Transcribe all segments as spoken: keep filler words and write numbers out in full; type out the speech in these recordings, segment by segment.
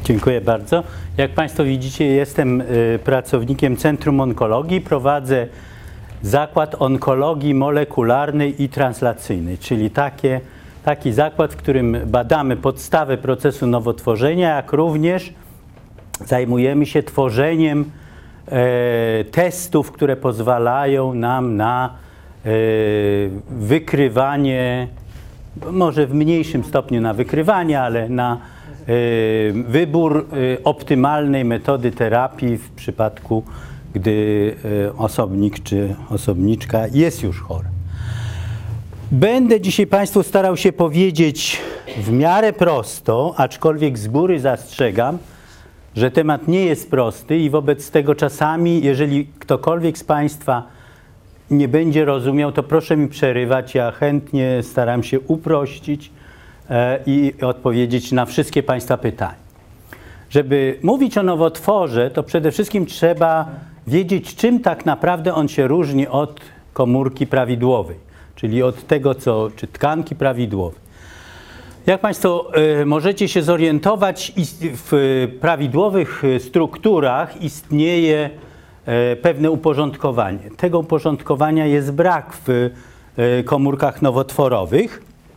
Dziękuję bardzo. Jak Państwo widzicie, jestem y, pracownikiem Centrum Onkologii. Prowadzę zakład onkologii molekularnej i translacyjnej, czyli takie, taki zakład, w którym badamy podstawę procesu nowotworzenia, jak również zajmujemy się tworzeniem e, testów, które pozwalają nam na e, wykrywanie, może w mniejszym stopniu na wykrywanie, ale na e, wybór e, optymalnej metody terapii w przypadku, gdy e, osobnik czy osobniczka jest już chora. Będę dzisiaj Państwu starał się powiedzieć w miarę prosto, aczkolwiek z góry zastrzegam, że temat nie jest prosty i wobec tego czasami, jeżeli ktokolwiek z Państwa nie będzie rozumiał, to proszę mi przerywać. Ja chętnie staram się uprościć e, i odpowiedzieć na wszystkie Państwa pytania. Żeby mówić o nowotworze, to przede wszystkim trzeba wiedzieć, czym tak naprawdę on się różni od komórki prawidłowej, czyli od tego, co, czy tkanki prawidłowej. Jak Państwo y, możecie się zorientować, w prawidłowych strukturach istnieje y, pewne uporządkowanie. Tego uporządkowania jest brak w y, komórkach nowotworowych.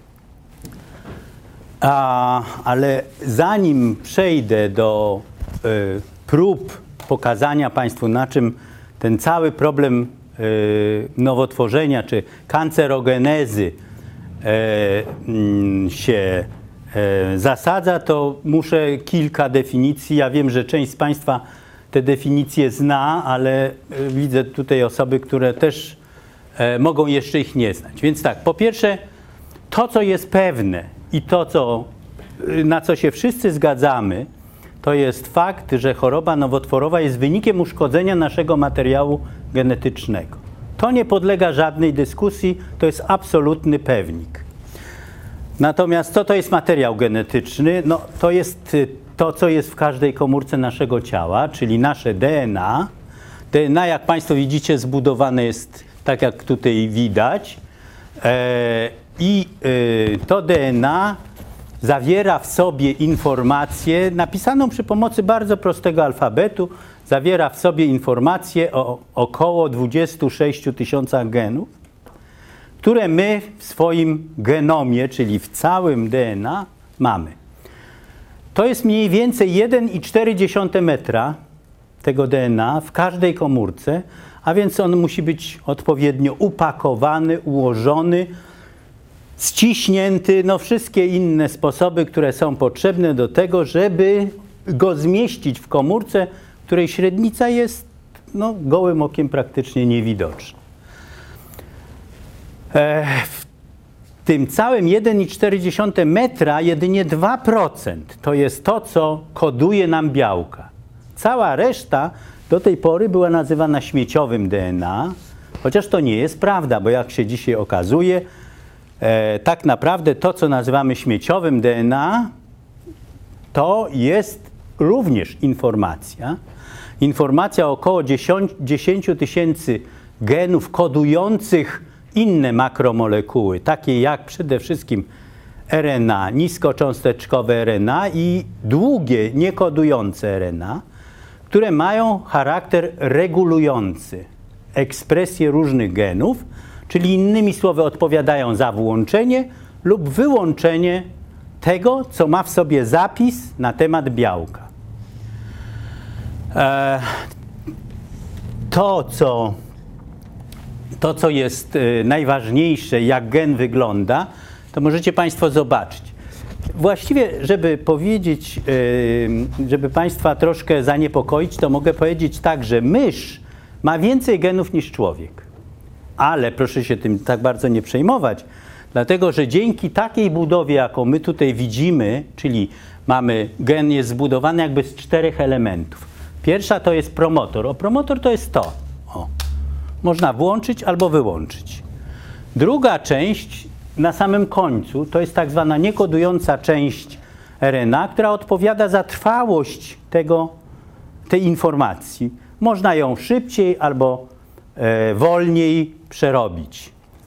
A, ale zanim przejdę do y, prób pokazania Państwu, na czym ten cały problem y, nowotworzenia czy kancerogenezy e, się e, zasadza, to muszę kilka definicji. Ja wiem, że część z Państwa te definicje zna, ale e, widzę tutaj osoby, które też e, mogą jeszcze ich nie znać. Więc tak, po pierwsze, to, co jest pewne i to, co, na co się wszyscy zgadzamy, to jest fakt, że choroba nowotworowa jest wynikiem uszkodzenia naszego materiału genetycznego. To nie podlega żadnej dyskusji, to jest absolutny pewnik. Natomiast co to jest materiał genetyczny? No, to jest to, co jest w każdej komórce naszego ciała, czyli nasze D N A. D N A, jak Państwo widzicie, zbudowane jest tak, jak tutaj widać. E, I e, to D N A zawiera w sobie informację napisaną przy pomocy bardzo prostego alfabetu. Zawiera w sobie informacje o około dwudziestu sześciu tysiącach genów, które my w swoim genomie, czyli w całym D N A, mamy. To jest mniej więcej jeden i cztery dziesiąte metra tego D N A w każdej komórce, a więc on musi być odpowiednio upakowany, ułożony, ściśnięty, no wszystkie inne sposoby, które są potrzebne do tego, żeby go zmieścić w komórce, której średnica jest no, gołym okiem praktycznie niewidoczna. E, w tym całym jeden i cztery dziesiąte metra jedynie dwa procent to jest to, co koduje nam białka. Cała reszta do tej pory była nazywana śmieciowym D N A, chociaż to nie jest prawda, bo jak się dzisiaj okazuje, e, tak naprawdę to, co nazywamy śmieciowym D N A, to jest również informacja. Informacja o około dziesięciu tysięcy genów kodujących inne makromolekuły, takie jak przede wszystkim R N A, niskocząsteczkowe R N A i długie, niekodujące R N A, które mają charakter regulujący ekspresję różnych genów, czyli innymi słowy odpowiadają za włączenie lub wyłączenie tego, co ma w sobie zapis na temat białka. E, to, co, to, co jest e, najważniejsze, jak gen wygląda, to możecie Państwo zobaczyć. Właściwie, żeby powiedzieć, e, żeby Państwa troszkę zaniepokoić, to mogę powiedzieć tak, że mysz ma więcej genów niż człowiek. Ale proszę się tym tak bardzo nie przejmować, dlatego że dzięki takiej budowie, jaką my tutaj widzimy, czyli mamy, gen jest zbudowany jakby z czterech elementów. Pierwsza to jest promotor. O, promotor to jest to. O. Można włączyć albo wyłączyć. Druga część na samym końcu to jest tak zwana niekodująca część R N A, która odpowiada za trwałość tego, tej informacji. Można ją szybciej albo e, wolniej przerobić.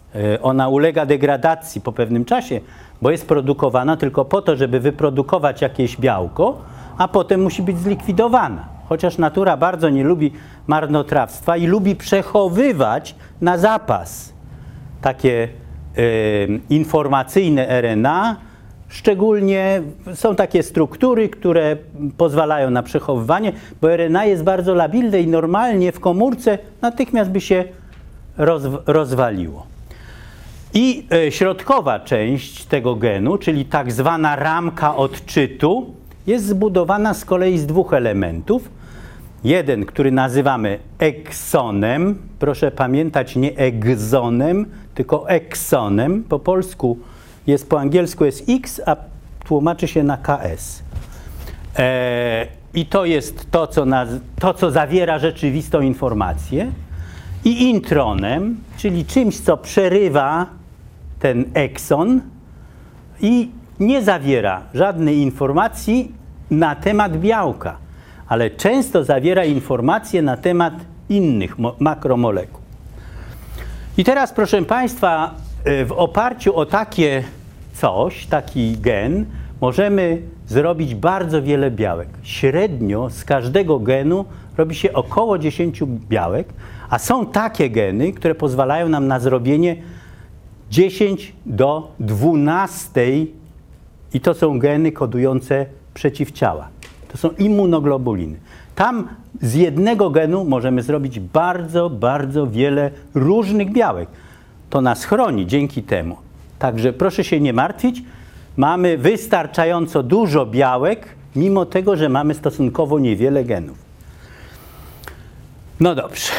Ona ulega degradacji po pewnym czasie, bo jest produkowana tylko po to, żeby wyprodukować jakieś białko, a potem musi być zlikwidowana. Chociaż natura bardzo nie lubi marnotrawstwa i lubi przechowywać na zapas takie y, informacyjne R N A. Szczególnie są takie struktury, które pozwalają na przechowywanie, bo R N A jest bardzo labilne i normalnie w komórce natychmiast by się roz, rozwaliło. I y, środkowa część tego genu, czyli tak zwana ramka odczytu, jest zbudowana z kolei z dwóch elementów. Jeden, który nazywamy eksonem, proszę pamiętać, nie egzonem, tylko eksonem. Po polsku jest, po angielsku jest X, a tłumaczy się na K S. E, I to jest to co, naz to, co zawiera rzeczywistą informację. I intronem, czyli czymś, co przerywa ten ekson i nie zawiera żadnej informacji na temat białka, ale często zawiera informacje na temat innych makromolekuł. I teraz, proszę Państwa, w oparciu o takie coś, taki gen, możemy zrobić bardzo wiele białek. Średnio z każdego genu robi się około dziesięć białek, a są takie geny, które pozwalają nam na zrobienie dziesięć do dwunastej i to są geny kodujące przeciwciała. To są immunoglobuliny. Tam z jednego genu możemy zrobić bardzo, bardzo wiele różnych białek. To nas chroni dzięki temu. Także proszę się nie martwić. Mamy wystarczająco dużo białek, mimo tego, że mamy stosunkowo niewiele genów. No dobrze.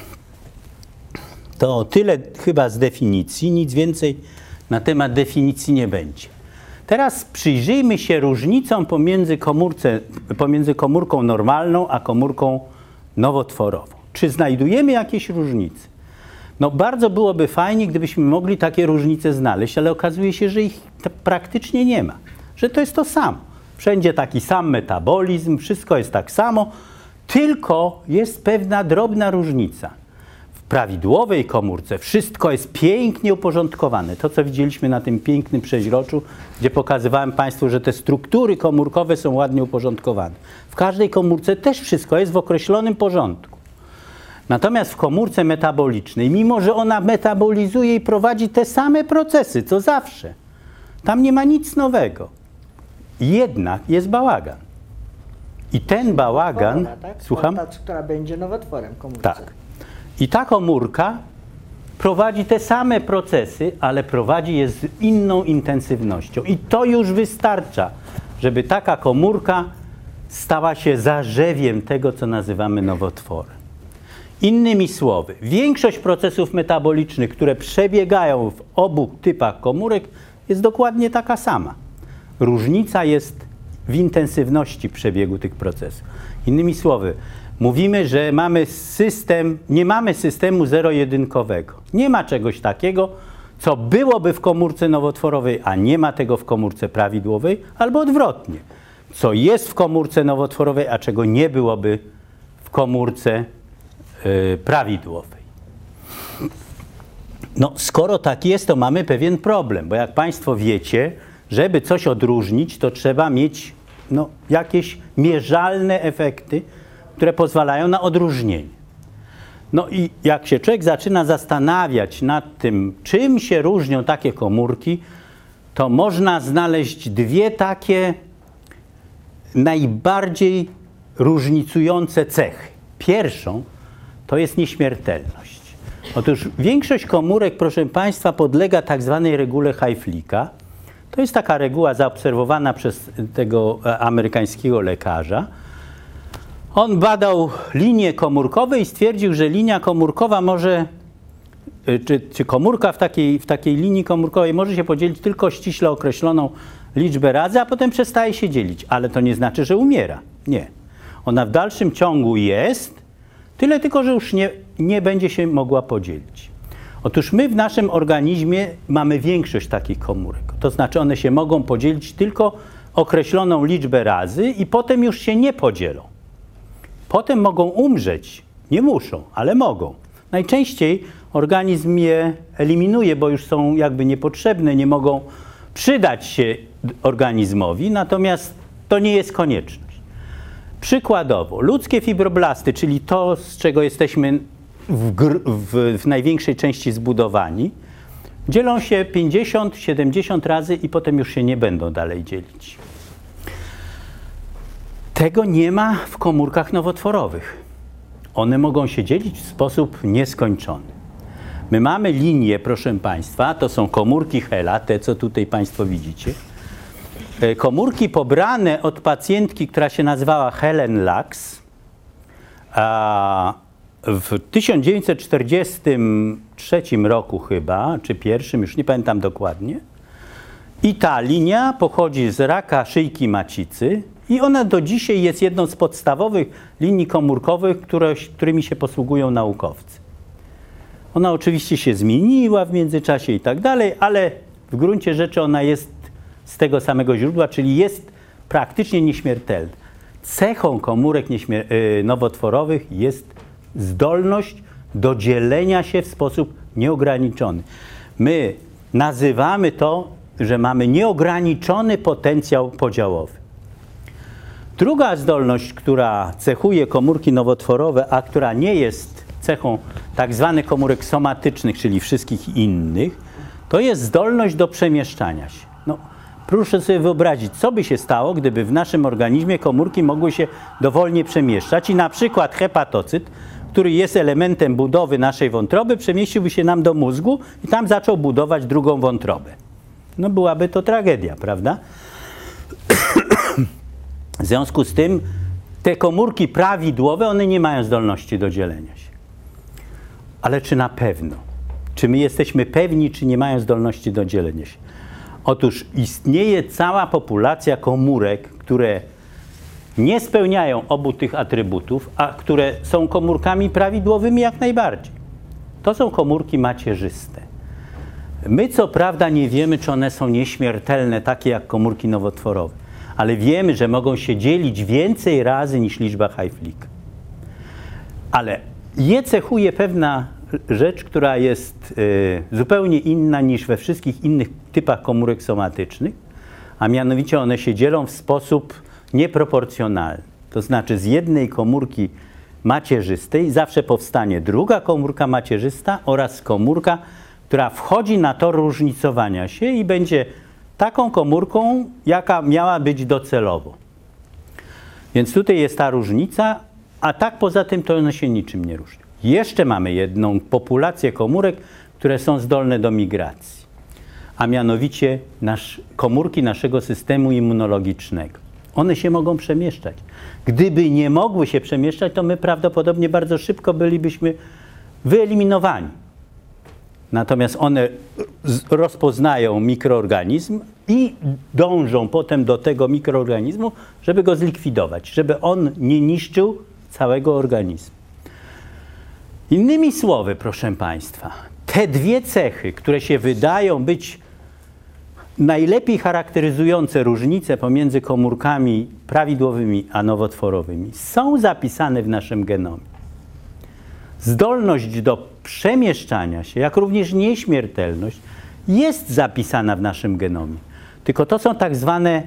To tyle chyba z definicji. Nic więcej na temat definicji nie będzie. Teraz przyjrzyjmy się różnicom pomiędzy, komórce, pomiędzy komórką normalną a komórką nowotworową. Czy znajdujemy jakieś różnice? No bardzo byłoby fajnie, gdybyśmy mogli takie różnice znaleźć, ale okazuje się, że ich praktycznie nie ma. Że to jest to samo. Wszędzie taki sam metabolizm, wszystko jest tak samo, tylko jest pewna drobna różnica. W prawidłowej komórce wszystko jest pięknie uporządkowane. To, co widzieliśmy na tym pięknym przeźroczu, gdzie pokazywałem Państwu, że te struktury komórkowe są ładnie uporządkowane. W każdej komórce też wszystko jest w określonym porządku. Natomiast w komórce metabolicznej, mimo że ona metabolizuje i prowadzi te same procesy, co zawsze, tam nie ma nic nowego. Jednak jest bałagan. I ten bałagan... Nowotwora, tak? Słucham? Ta, która będzie nowotworem komórce. Tak. I ta komórka prowadzi te same procesy, ale prowadzi je z inną intensywnością. I to już wystarcza, żeby taka komórka stała się zarzewiem tego, co nazywamy nowotworem. Innymi słowy, większość procesów metabolicznych, które przebiegają w obu typach komórek, jest dokładnie taka sama. Różnica jest w intensywności przebiegu tych procesów. Innymi słowy, mówimy, że mamy system, nie mamy systemu zero-jedynkowego. Nie ma czegoś takiego, co byłoby w komórce nowotworowej, a nie ma tego w komórce prawidłowej, albo odwrotnie. Co jest w komórce nowotworowej, a czego nie byłoby w komórce yy, prawidłowej. No, skoro tak jest, to mamy pewien problem, bo jak Państwo wiecie, żeby coś odróżnić, to trzeba mieć no, jakieś mierzalne efekty, które pozwalają na odróżnienie. No i jak się człowiek zaczyna zastanawiać nad tym, czym się różnią takie komórki, to można znaleźć dwie takie najbardziej różnicujące cechy. Pierwszą to jest nieśmiertelność. Otóż większość komórek, proszę Państwa, podlega tak zwanej regule Hayflicka. To jest taka reguła zaobserwowana przez tego amerykańskiego lekarza. On badał linie komórkowe i stwierdził, że linia komórkowa może, czy, czy komórka w takiej, w takiej linii komórkowej może się podzielić tylko ściśle określoną liczbę razy, a potem przestaje się dzielić. Ale to nie znaczy, że umiera. Nie. Ona w dalszym ciągu jest, tyle tylko, że już nie, nie będzie się mogła podzielić. Otóż my w naszym organizmie mamy większość takich komórek. To znaczy one się mogą podzielić tylko określoną liczbę razy i potem już się nie podzielą. Potem mogą umrzeć. Nie muszą, ale mogą. Najczęściej organizm je eliminuje, bo już są jakby niepotrzebne, nie mogą przydać się organizmowi, natomiast to nie jest konieczność. Przykładowo, ludzkie fibroblasty, czyli to, z czego jesteśmy w, w, w największej części zbudowani, dzielą się pięćdziesiąt siedemdziesiąt razy i potem już się nie będą dalej dzielić. Tego nie ma w komórkach nowotworowych. One mogą się dzielić w sposób nieskończony. My mamy linię, proszę Państwa, to są komórki Hela, te co tutaj Państwo widzicie. Komórki pobrane od pacjentki, która się nazywała Helen Lux, a w tysiąc dziewięćset czterdziestym trzecim roku chyba, czy pierwszym, już nie pamiętam dokładnie. I ta linia pochodzi z raka szyjki macicy i ona do dzisiaj jest jedną z podstawowych linii komórkowych, które, którymi się posługują naukowcy. Ona oczywiście się zmieniła w międzyczasie i tak dalej, ale w gruncie rzeczy ona jest z tego samego źródła, czyli jest praktycznie nieśmiertelna. Cechą komórek nowotworowych jest zdolność do dzielenia się w sposób nieograniczony. My nazywamy to, że mamy nieograniczony potencjał podziałowy. Druga zdolność, która cechuje komórki nowotworowe, a która nie jest cechą tak zwanych komórek somatycznych, czyli wszystkich innych, to jest zdolność do przemieszczania się. No, proszę sobie wyobrazić, co by się stało, gdyby w naszym organizmie komórki mogły się dowolnie przemieszczać i na przykład hepatocyt, który jest elementem budowy naszej wątroby, przemieściłby się nam do mózgu i tam zaczął budować drugą wątrobę. No byłaby to tragedia, prawda? W związku z tym te komórki prawidłowe, one nie mają zdolności do dzielenia się. Ale czy na pewno? Czy my jesteśmy pewni, czy nie mają zdolności do dzielenia się? Otóż istnieje cała populacja komórek, które nie spełniają obu tych atrybutów, a które są komórkami prawidłowymi jak najbardziej. To są komórki macierzyste. My co prawda nie wiemy, czy one są nieśmiertelne, takie jak komórki nowotworowe, ale wiemy, że mogą się dzielić więcej razy niż liczba Hayflick. Ale je cechuje pewna rzecz, która jest y, zupełnie inna niż we wszystkich innych typach komórek somatycznych, a mianowicie one się dzielą w sposób nieproporcjonalny. To znaczy z jednej komórki macierzystej zawsze powstanie druga komórka macierzysta oraz komórka, która wchodzi na tor różnicowania się i będzie taką komórką, jaka miała być docelowo. Więc tutaj jest ta różnica, a tak poza tym to one się niczym nie różnią. Jeszcze mamy jedną populację komórek, które są zdolne do migracji, a mianowicie nasz, komórki naszego systemu immunologicznego. One się mogą przemieszczać. Gdyby nie mogły się przemieszczać, to my prawdopodobnie bardzo szybko bylibyśmy wyeliminowani. Natomiast one rozpoznają mikroorganizm i dążą potem do tego mikroorganizmu, żeby go zlikwidować, żeby on nie niszczył całego organizmu. Innymi słowy, proszę Państwa, te dwie cechy, które się wydają być najlepiej charakteryzujące różnice pomiędzy komórkami prawidłowymi a nowotworowymi, są zapisane w naszym genomie. Zdolność do przemieszczania się, jak również nieśmiertelność, jest zapisana w naszym genomie. Tylko to są tak zwane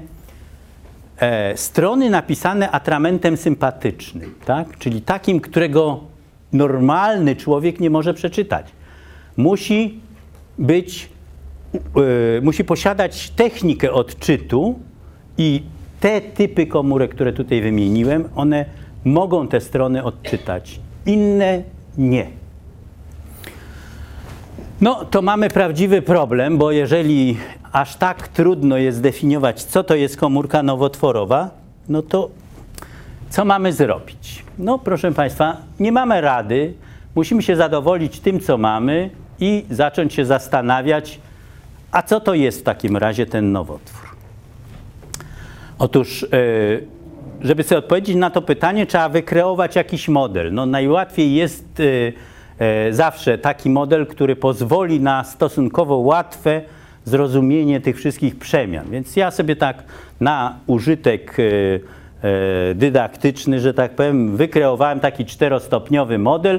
e, strony napisane atramentem sympatycznym, tak? Czyli takim, którego normalny człowiek nie może przeczytać. Musi być, e, musi posiadać technikę odczytu i te typy komórek, które tutaj wymieniłem, one mogą te strony odczytać. Inne nie. No to mamy prawdziwy problem, bo jeżeli aż tak trudno jest zdefiniować, co to jest komórka nowotworowa, no to co mamy zrobić? No proszę Państwa, nie mamy rady, musimy się zadowolić tym, co mamy i zacząć się zastanawiać, a co to jest w takim razie ten nowotwór. Otóż, żeby sobie odpowiedzieć na to pytanie, trzeba wykreować jakiś model. No najłatwiej jest zawsze taki model, który pozwoli na stosunkowo łatwe zrozumienie tych wszystkich przemian. Więc ja sobie tak na użytek dydaktyczny, że tak powiem, wykreowałem taki czterostopniowy model,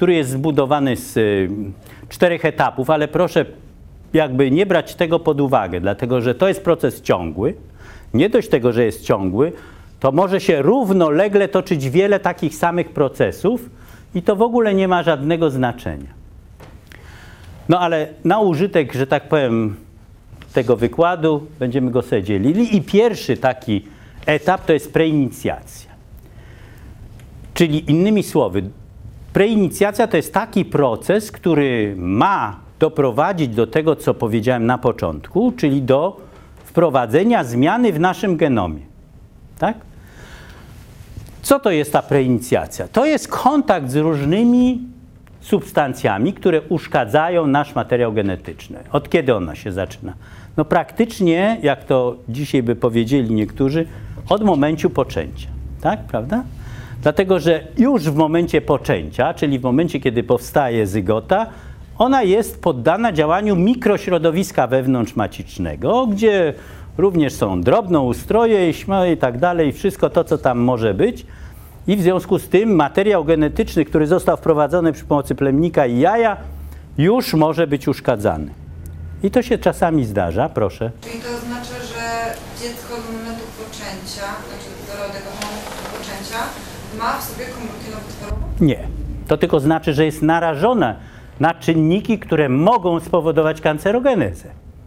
który jest zbudowany z y, czterech etapów, ale proszę jakby nie brać tego pod uwagę, dlatego że to jest proces ciągły. Nie dość tego, że jest ciągły, to może się równolegle toczyć wiele takich samych procesów i to w ogóle nie ma żadnego znaczenia. No ale na użytek, że tak powiem, tego wykładu będziemy go sobie dzielili i pierwszy taki etap to jest preinicjacja. Czyli innymi słowy, preinicjacja to jest taki proces, który ma doprowadzić do tego, co powiedziałem na początku, czyli do wprowadzenia zmiany w naszym genomie. Tak? Co to jest ta preinicjacja? To jest kontakt z różnymi substancjami, które uszkadzają nasz materiał genetyczny. Od kiedy ona się zaczyna? No praktycznie, jak to dzisiaj by powiedzieli niektórzy, od momentu poczęcia. Tak, prawda? Dlatego, że już w momencie poczęcia, czyli w momencie, kiedy powstaje zygota, ona jest poddana działaniu mikrośrodowiska wewnątrzmacicznego, gdzie również są drobnoustroje i tak dalej, wszystko to, co tam może być. I w związku z tym materiał genetyczny, który został wprowadzony przy pomocy plemnika i jaja, już może być uszkadzany. I to się czasami zdarza, proszę. Czyli to znaczy, że dziecko do momentu poczęcia, znaczy do tego momentu poczęcia, ma w sobie komórki nowotworowe? Nie. To tylko znaczy, że jest narażone na czynniki, które mogą spowodować kancerogenezę.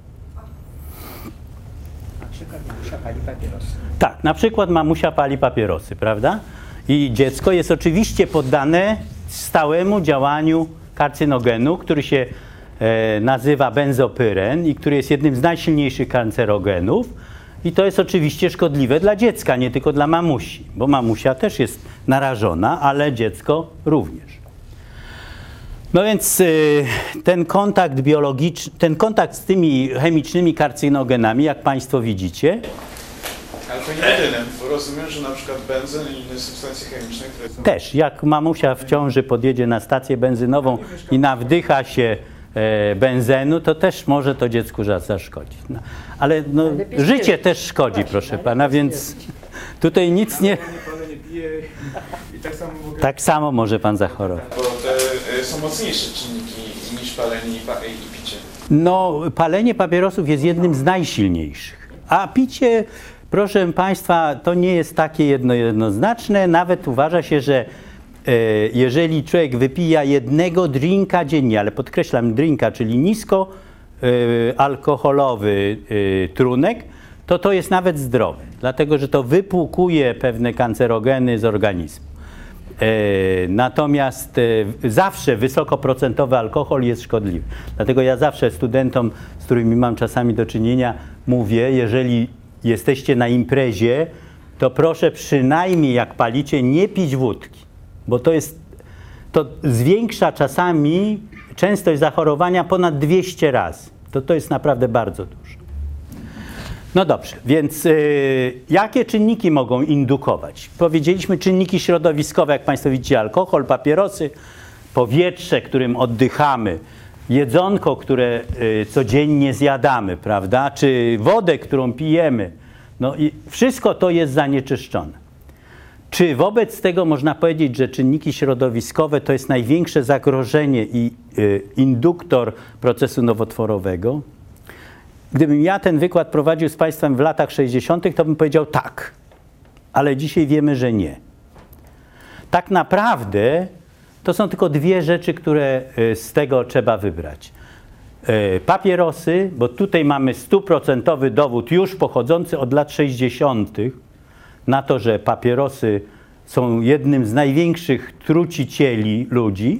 Na przykład mamusia pali papierosy. Tak, na przykład mamusia pali papierosy, prawda? I dziecko jest oczywiście poddane stałemu działaniu karcynogenu, który się e, nazywa benzopyren i który jest jednym z najsilniejszych kancerogenów. I to jest oczywiście szkodliwe dla dziecka, nie tylko dla mamusi, bo mamusia też jest narażona, ale dziecko również. No więc y, ten kontakt biologiczny, ten kontakt z tymi chemicznymi karcynogenami, jak Państwo widzicie. Ale to nie jedynym, bo rozumiem, że na przykład benzyn i inne substancje chemiczne, które są... Też, jak mamusia w ciąży podjedzie na stację benzynową i nawdycha się e, benzenu, to też może to dziecku zaszkodzić. No, ale no, życie też szkodzi, proszę Pana, więc tutaj nic nie... Tak samo może Pan zachorować. Bo te są mocniejsze czynniki niż palenie i picie. No, palenie papierosów jest jednym z najsilniejszych, a picie, proszę Państwa, to nie jest takie jedno, jednoznaczne. Nawet uważa się, że e, jeżeli człowiek wypija jednego drinka dziennie, ale podkreślam drinka, czyli nisko e, alkoholowy e, trunek, to to jest nawet zdrowe, dlatego że to wypłukuje pewne kancerogeny z organizmu. E, natomiast e, zawsze wysokoprocentowy alkohol jest szkodliwy. Dlatego ja zawsze studentom, z którymi mam czasami do czynienia, mówię, jeżeli jesteście na imprezie, to proszę przynajmniej jak palicie nie pić wódki, bo to jest, to zwiększa czasami częstość zachorowania ponad dwieście razy. To, to jest naprawdę bardzo dużo. No dobrze, więc y, jakie czynniki mogą indukować? Powiedzieliśmy czynniki środowiskowe, jak Państwo widzicie, alkohol, papierosy, powietrze, którym oddychamy, jedzonko, które y, codziennie zjadamy, prawda? Czy wodę, którą pijemy. No i wszystko to jest zanieczyszczone. Czy wobec tego można powiedzieć, że czynniki środowiskowe to jest największe zagrożenie i y, induktor procesu nowotworowego? Gdybym ja ten wykład prowadził z Państwem w latach sześćdziesiątych, to bym powiedział tak, ale dzisiaj wiemy, że nie. Tak naprawdę to są tylko dwie rzeczy, które z tego trzeba wybrać. Papierosy, bo tutaj mamy stuprocentowy dowód już pochodzący od lat sześćdziesiątych na to, że papierosy są jednym z największych trucicieli ludzi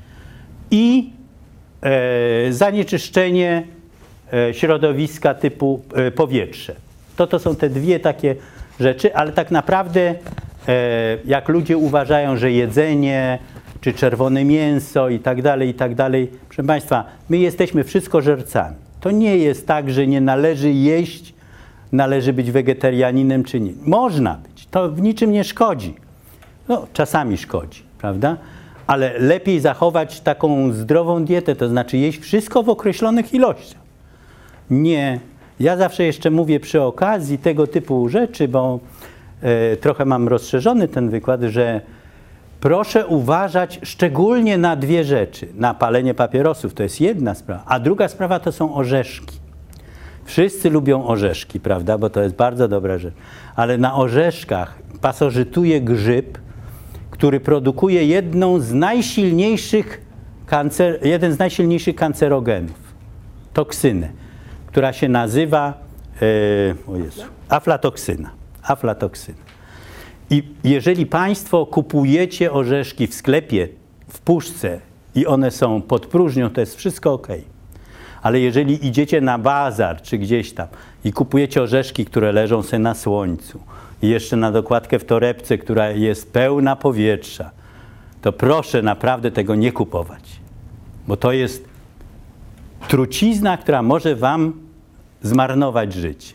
i e, zanieczyszczenie środowiska typu powietrze. To to są te dwie takie rzeczy, ale tak naprawdę jak ludzie uważają, że jedzenie, czy czerwone mięso i tak dalej, i tak dalej, proszę Państwa, my jesteśmy wszystkożercami. To nie jest tak, że nie należy jeść, należy być wegetarianinem czy nie. Można być, to w niczym nie szkodzi. No, czasami szkodzi, prawda? Ale lepiej zachować taką zdrową dietę, to znaczy jeść wszystko w określonych ilościach. Nie. Ja zawsze jeszcze mówię przy okazji tego typu rzeczy, bo e, trochę mam rozszerzony ten wykład, że proszę uważać szczególnie na dwie rzeczy. Na palenie papierosów to jest jedna sprawa, a druga sprawa to są orzeszki. Wszyscy lubią orzeszki, prawda, bo to jest bardzo dobra rzecz. Ale na orzeszkach pasożytuje grzyb, który produkuje jedną z najsilniejszych kancer, jeden z najsilniejszych kancerogenów, toksynę, która się nazywa e, o Jezu, aflatoksyna. aflatoksyna. I jeżeli Państwo kupujecie orzeszki w sklepie, w puszce i one są pod próżnią, to jest wszystko ok. Ale jeżeli idziecie na bazar czy gdzieś tam i kupujecie orzeszki, które leżą sobie na słońcu i jeszcze na dokładkę w torebce, która jest pełna powietrza, to proszę naprawdę tego nie kupować. Bo to jest trucizna, która może Wam zmarnować życie.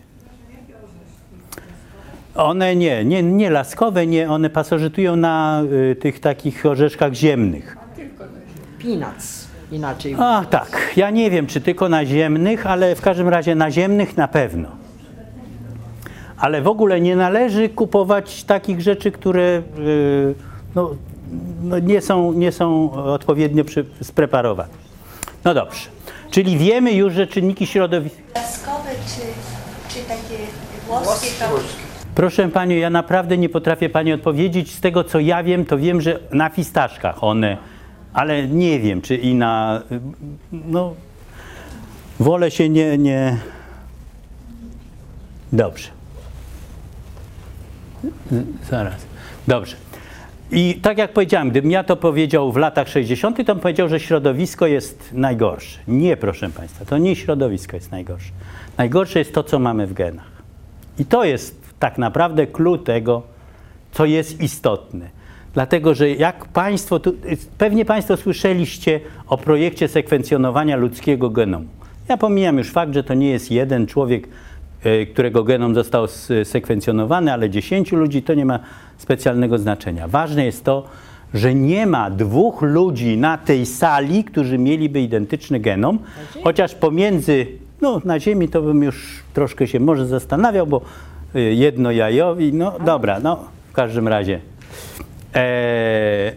One nie, nie, nie laskowe, nie, one pasożytują na y, tych takich orzeszkach ziemnych. Peanuts. Inaczej. A tak, ja nie wiem, czy tylko na ziemnych, ale w każdym razie na ziemnych na pewno. Ale w ogóle nie należy kupować takich rzeczy, które y, no, no nie, są, nie są odpowiednio przy, spreparowane. No dobrze, czyli wiemy już, że czynniki środowiskowe... Laskowe czy, czy takie włoskie to... Proszę Panią, ja naprawdę nie potrafię Pani odpowiedzieć. Z tego, co ja wiem, to wiem, że na fistaszkach one, ale nie wiem, czy i na... No, wolę się nie... nie... Dobrze. Zaraz. Dobrze. I tak jak powiedziałem, gdybym ja to powiedział w latach sześćdziesiątych, to bym powiedział, że środowisko jest najgorsze. Nie, proszę Państwa, to nie środowisko jest najgorsze. Najgorsze jest to, co mamy w genach. I to jest tak naprawdę klucz tego, co jest istotne. Dlatego, że jak Państwo, tu, pewnie Państwo słyszeliście o projekcie sekwencjonowania ludzkiego genomu. Ja pomijam już fakt, że to nie jest jeden człowiek, którego genom został sekwencjonowany, ale dziesięciu ludzi, to nie ma specjalnego znaczenia. Ważne jest to, że nie ma dwóch ludzi na tej sali, którzy mieliby identyczny genom, chociaż pomiędzy, no na Ziemi to bym już troszkę się może zastanawiał, bo jedno jajowi, no dobra, no w każdym razie. E,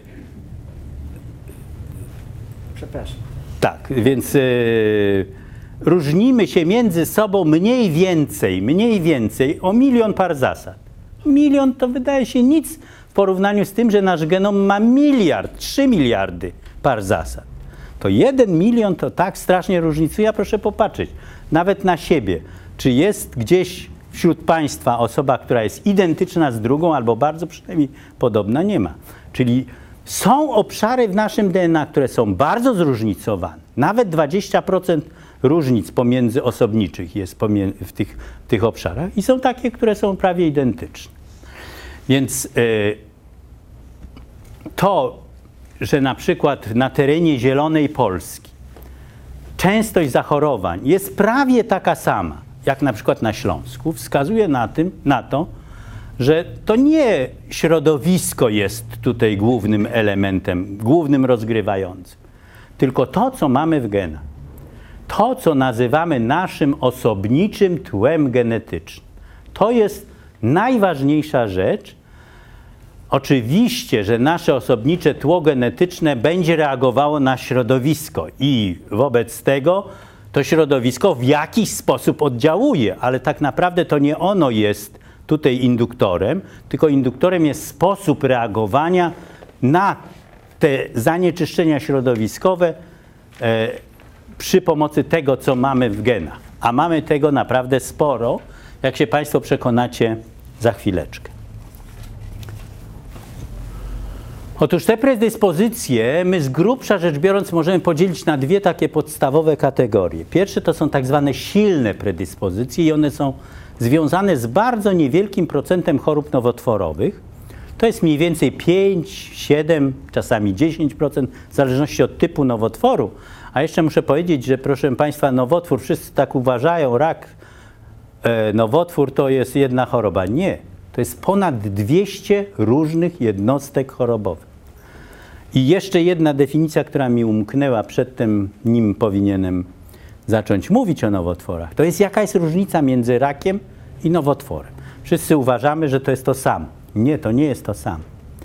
Przepraszam. tak, więc e, różnimy się między sobą mniej więcej, mniej więcej o milion par zasad. Milion to wydaje się nic w porównaniu z tym, że nasz genom ma miliard, trzy miliardy par zasad. To jeden milion to tak strasznie różnicuje, a proszę popatrzeć, nawet na siebie, czy jest gdzieś wśród Państwa osoba, która jest identyczna z drugą, albo bardzo przynajmniej podobna, nie ma. Czyli są obszary w naszym D N A, które są bardzo zróżnicowane. Nawet dwadzieścia procent różnic pomiędzy osobniczych jest pomiędzy, w, tych, w tych obszarach i są takie, które są prawie identyczne. Więc y, to, że na przykład na terenie zielonej Polski częstość zachorowań jest prawie taka sama, jak na przykład na Śląsku, wskazuje na, tym, na to, że to nie środowisko jest tutaj głównym elementem, głównym rozgrywającym, tylko to, co mamy w genach. To, co nazywamy naszym osobniczym tłem genetycznym. To jest najważniejsza rzecz. Oczywiście, że nasze osobnicze tło genetyczne będzie reagowało na środowisko i wobec tego to środowisko w jakiś sposób oddziałuje, ale tak naprawdę to nie ono jest tutaj induktorem, tylko induktorem jest sposób reagowania na te zanieczyszczenia środowiskowe e, przy pomocy tego, co mamy w genach. A mamy tego naprawdę sporo, jak się Państwo przekonacie za chwileczkę. Otóż te predyspozycje my z grubsza rzecz biorąc możemy podzielić na dwie takie podstawowe kategorie. Pierwsze to są tak zwane silne predyspozycje i one są związane z bardzo niewielkim procentem chorób nowotworowych. To jest mniej więcej pięć, siedem, czasami dziesięć procent w zależności od typu nowotworu. A jeszcze muszę powiedzieć, że proszę Państwa, nowotwór, wszyscy tak uważają, rak, e, nowotwór to jest jedna choroba. Nie, to jest ponad dwieście różnych jednostek chorobowych. I jeszcze jedna definicja, która mi umknęła przedtem, nim powinienem zacząć mówić o nowotworach. To jest jaka jest różnica między rakiem i nowotworem. Wszyscy uważamy, że to jest to samo. Nie, to nie jest to samo.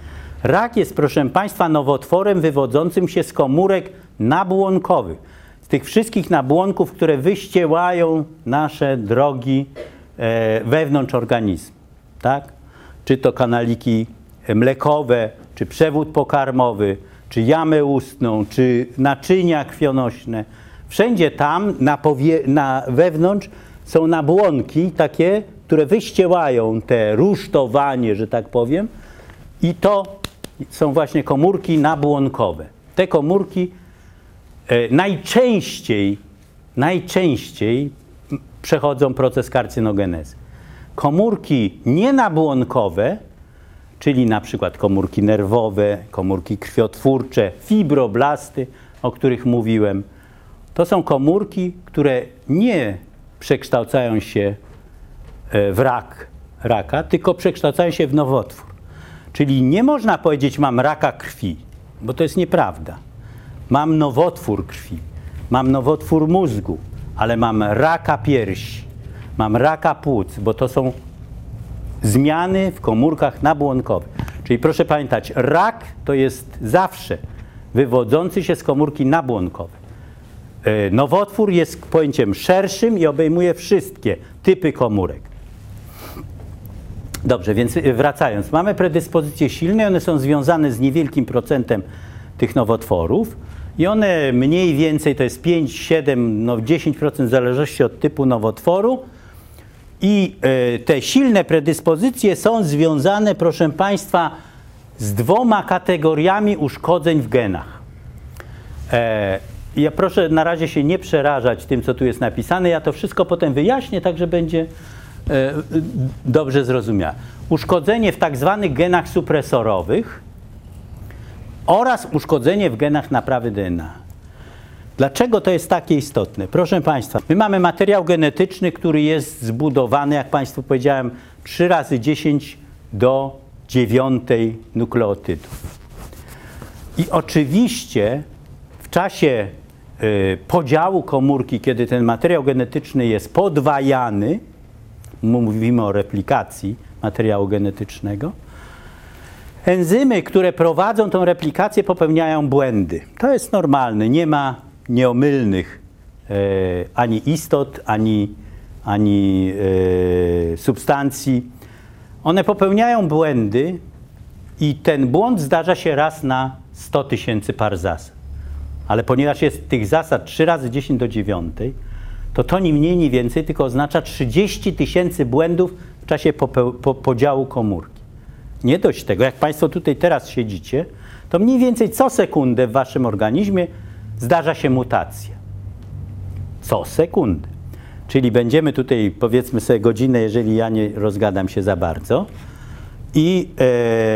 Rak jest, proszę Państwa, nowotworem wywodzącym się z komórek nabłonkowych. Z tych wszystkich nabłonków, które wyściełają nasze drogi e, wewnątrz organizmu. Tak? Czy to kanaliki mlekowe, czy przewód pokarmowy, czy jamę ustną, czy naczynia krwionośne. Wszędzie tam na, powie- na wewnątrz są nabłonki takie, które wyściełają te rusztowanie, że tak powiem, i to są właśnie komórki nabłonkowe. Te komórki e, najczęściej, najczęściej przechodzą proces karcynogenezy. Komórki nienabłonkowe, czyli na przykład komórki nerwowe, komórki krwiotwórcze, fibroblasty, o których mówiłem, to są komórki, które nie przekształcają się w rak, raka, tylko przekształcają się w nowotwór. Czyli nie można powiedzieć, mam raka krwi, bo to jest nieprawda. Mam nowotwór krwi, mam nowotwór mózgu, ale mam raka piersi, mam raka płuc, bo to są zmiany w komórkach nabłonkowych. Czyli proszę pamiętać, rak to jest zawsze wywodzący się z komórki nabłonkowej. Nowotwór jest pojęciem szerszym i obejmuje wszystkie typy komórek. Dobrze, więc wracając, mamy predyspozycje silne, one są związane z niewielkim procentem tych nowotworów i one mniej więcej to jest pięć, siedem, no dziesięć procent w zależności od typu nowotworu i y, te silne predyspozycje są związane, proszę Państwa, z dwoma kategoriami uszkodzeń w genach. E, ja proszę na razie się nie przerażać tym, co tu jest napisane, ja to wszystko potem wyjaśnię, tak że będzie e, dobrze zrozumiałe. Uszkodzenie w tak zwanych genach supresorowych oraz uszkodzenie w genach naprawy D N A. Dlaczego to jest takie istotne? Proszę Państwa, my mamy materiał genetyczny, który jest zbudowany, jak Państwu powiedziałem, trzy razy dziesięć do dziewiątej nukleotydów. I oczywiście w czasie y, podziału komórki, kiedy ten materiał genetyczny jest podwajany, mówimy o replikacji materiału genetycznego, enzymy, które prowadzą tą replikację, popełniają błędy. To jest normalne, nie ma nieomylnych e, ani istot, ani, ani e, substancji. One popełniają błędy i ten błąd zdarza się raz na sto tysięcy par zasad. Ale ponieważ jest tych zasad trzy razy dziesięć do dziewiątej, to to ni mniej, ni więcej, tylko oznacza trzydzieści tysięcy błędów w czasie popeł- po, podziału komórki. Nie dość tego, jak Państwo tutaj teraz siedzicie, to mniej więcej co sekundę w Waszym organizmie zdarza się mutacja. Co sekundę. Czyli będziemy tutaj, powiedzmy sobie, godzinę, jeżeli ja nie rozgadam się za bardzo. I e,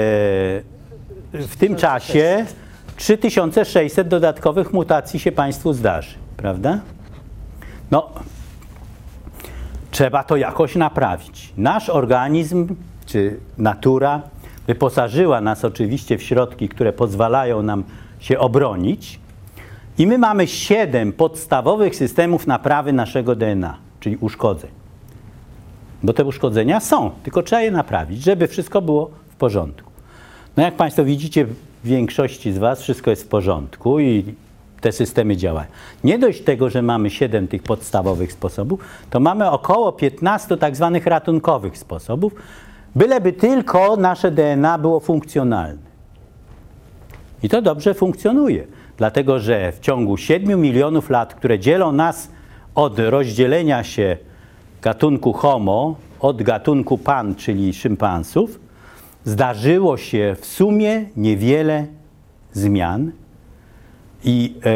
w tym czasie trzy tysiące sześćset dodatkowych mutacji się Państwu zdarzy. Prawda? No, trzeba to jakoś naprawić. Nasz organizm, czy natura, wyposażyła nas oczywiście w środki, które pozwalają nam się obronić. I my mamy siedem podstawowych systemów naprawy naszego D N A, czyli uszkodzeń. Bo te uszkodzenia są, tylko trzeba je naprawić, żeby wszystko było w porządku. No jak Państwo widzicie, w większości z Was wszystko jest w porządku i te systemy działają. Nie dość tego, że mamy siedem tych podstawowych sposobów, to mamy około piętnaście tak zwanych ratunkowych sposobów, byleby tylko nasze D N A było funkcjonalne. I to dobrze funkcjonuje, dlatego że w ciągu siedmiu milionów lat, które dzielą nas od rozdzielenia się gatunku Homo od gatunku Pan, czyli szympansów, zdarzyło się w sumie niewiele zmian i e,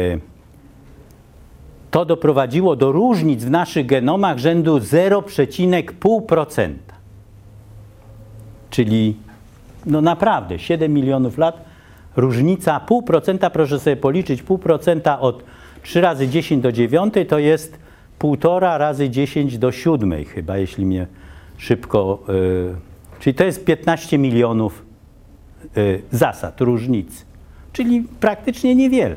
to doprowadziło do różnic w naszych genomach rzędu zero przecinek pięć procent. Czyli no naprawdę siedem milionów lat, różnica pół procenta, proszę sobie policzyć, pół procenta od trzy razy dziesięć do dziewiątej to jest półtora razy dziesięć do siódmej chyba, jeśli mnie szybko... Yy, czyli to jest piętnaście milionów yy, zasad, różnic. Czyli praktycznie niewiele.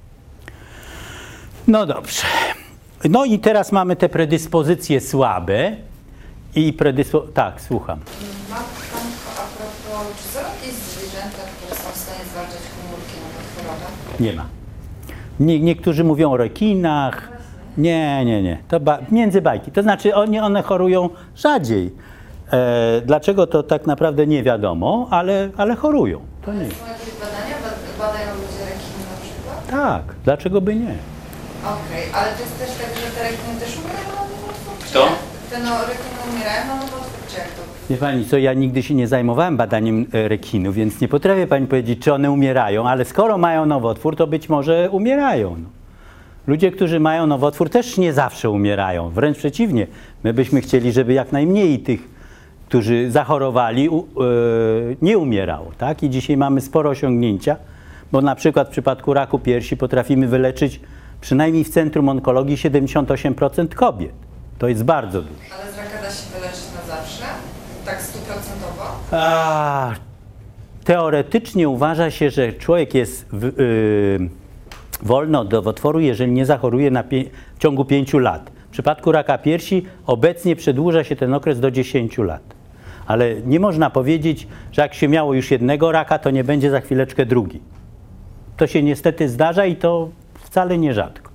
No dobrze. No i teraz mamy te predyspozycje słabe i predyspo... Tak, słucham. Ma Pan a propos, czy zarobki zwierzęt procenta, które są w stanie zwalczać komórki nowotworowe? Nie ma. Nie, niektórzy mówią o rekinach. Nie, nie, nie. To ba między bajki. To znaczy oni, one chorują rzadziej. E, dlaczego to tak naprawdę nie wiadomo, ale, ale chorują. To nie. Są jakieś badania? Bad- Badają ludzie rekiny na przykład? Tak, dlaczego by nie? Okej, ale to jest też tak, że te rekiny też umierają na nowotwór? czy Kto? nie? Te no, rekiny umierają na nowotwór, czy jak to? Wie pani co, ja nigdy się nie zajmowałem badaniem e, rekinów, więc nie potrafię pani powiedzieć, czy one umierają, ale skoro mają nowotwór, to być może umierają. No. Ludzie, którzy mają nowotwór, też nie zawsze umierają. Wręcz przeciwnie. My byśmy chcieli, żeby jak najmniej tych, którzy zachorowali, u, e, nie umierało. Tak? I dzisiaj mamy sporo osiągnięcia, bo na przykład w przypadku raku piersi potrafimy wyleczyć przynajmniej w Centrum Onkologii siedemdziesiąt osiem procent kobiet. To jest bardzo dużo. Ale z raka da się wyleczyć na zawsze? Tak stuprocentowo? A, teoretycznie uważa się, że człowiek jest w, yy, wolny od nowotworu, jeżeli nie zachoruje na pie w ciągu pięciu lat. W przypadku raka piersi obecnie przedłuża się ten okres do dziesięciu lat. Ale nie można powiedzieć, że jak się miało już jednego raka, to nie będzie za chwileczkę drugi. To się niestety zdarza i to wcale nie rzadko.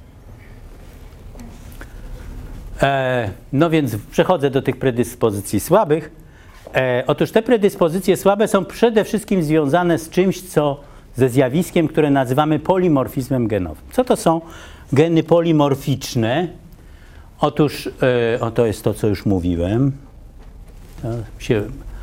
E, no więc przechodzę do tych predyspozycji słabych. E, otóż te predyspozycje słabe są przede wszystkim związane z czymś, co ze zjawiskiem, które nazywamy polimorfizmem genowym. Co to są geny polimorficzne? Otóż, e, o, to jest to, co już mówiłem. To się...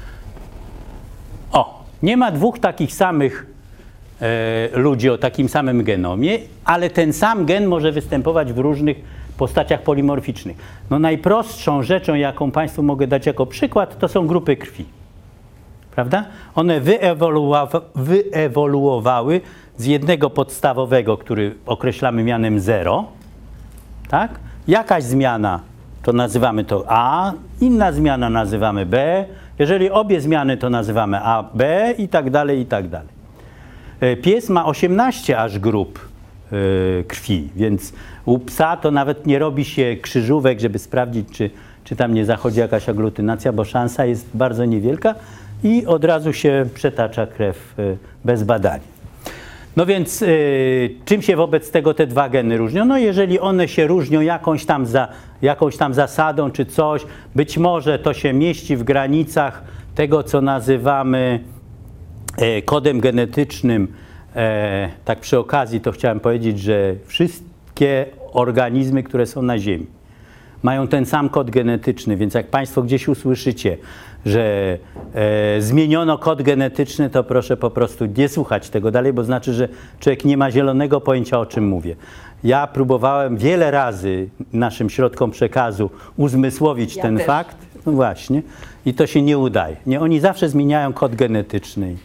O, nie ma dwóch takich samych e, ludzi o takim samym genomie, ale ten sam gen może występować w różnych postaciach polimorficznych. No najprostszą rzeczą, jaką Państwu mogę dać jako przykład, to są grupy krwi. Prawda? One wyewoluowa- wyewoluowały z jednego podstawowego, który określamy mianem zero. Tak? Jakaś zmiana, to nazywamy to A, inna zmiana nazywamy B. Jeżeli obie zmiany, to nazywamy A, B i tak dalej, i tak dalej. Pies ma osiemnaście aż grup yy, krwi, więc u psa to nawet nie robi się krzyżówek, żeby sprawdzić, czy, czy tam nie zachodzi jakaś aglutynacja, bo szansa jest bardzo niewielka i od razu się przetacza krew yy, bez badania. No więc yy, czym się wobec tego te dwa geny różnią? No jeżeli one się różnią jakąś tam, za, jakąś tam zasadą czy coś, być może to się mieści w granicach tego, co nazywamy e, kodem genetycznym. E, tak przy okazji to chciałem powiedzieć, że wszystkie organizmy, które są na Ziemi, mają ten sam kod genetyczny, więc jak Państwo gdzieś usłyszycie, że e, zmieniono kod genetyczny, to proszę po prostu nie słuchać tego dalej, bo znaczy, że człowiek nie ma zielonego pojęcia, o czym mówię. Ja próbowałem wiele razy naszym środkom przekazu uzmysłowić Ja ten też. fakt, no właśnie, i to się nie udaje. Nie, oni zawsze zmieniają kod genetyczny.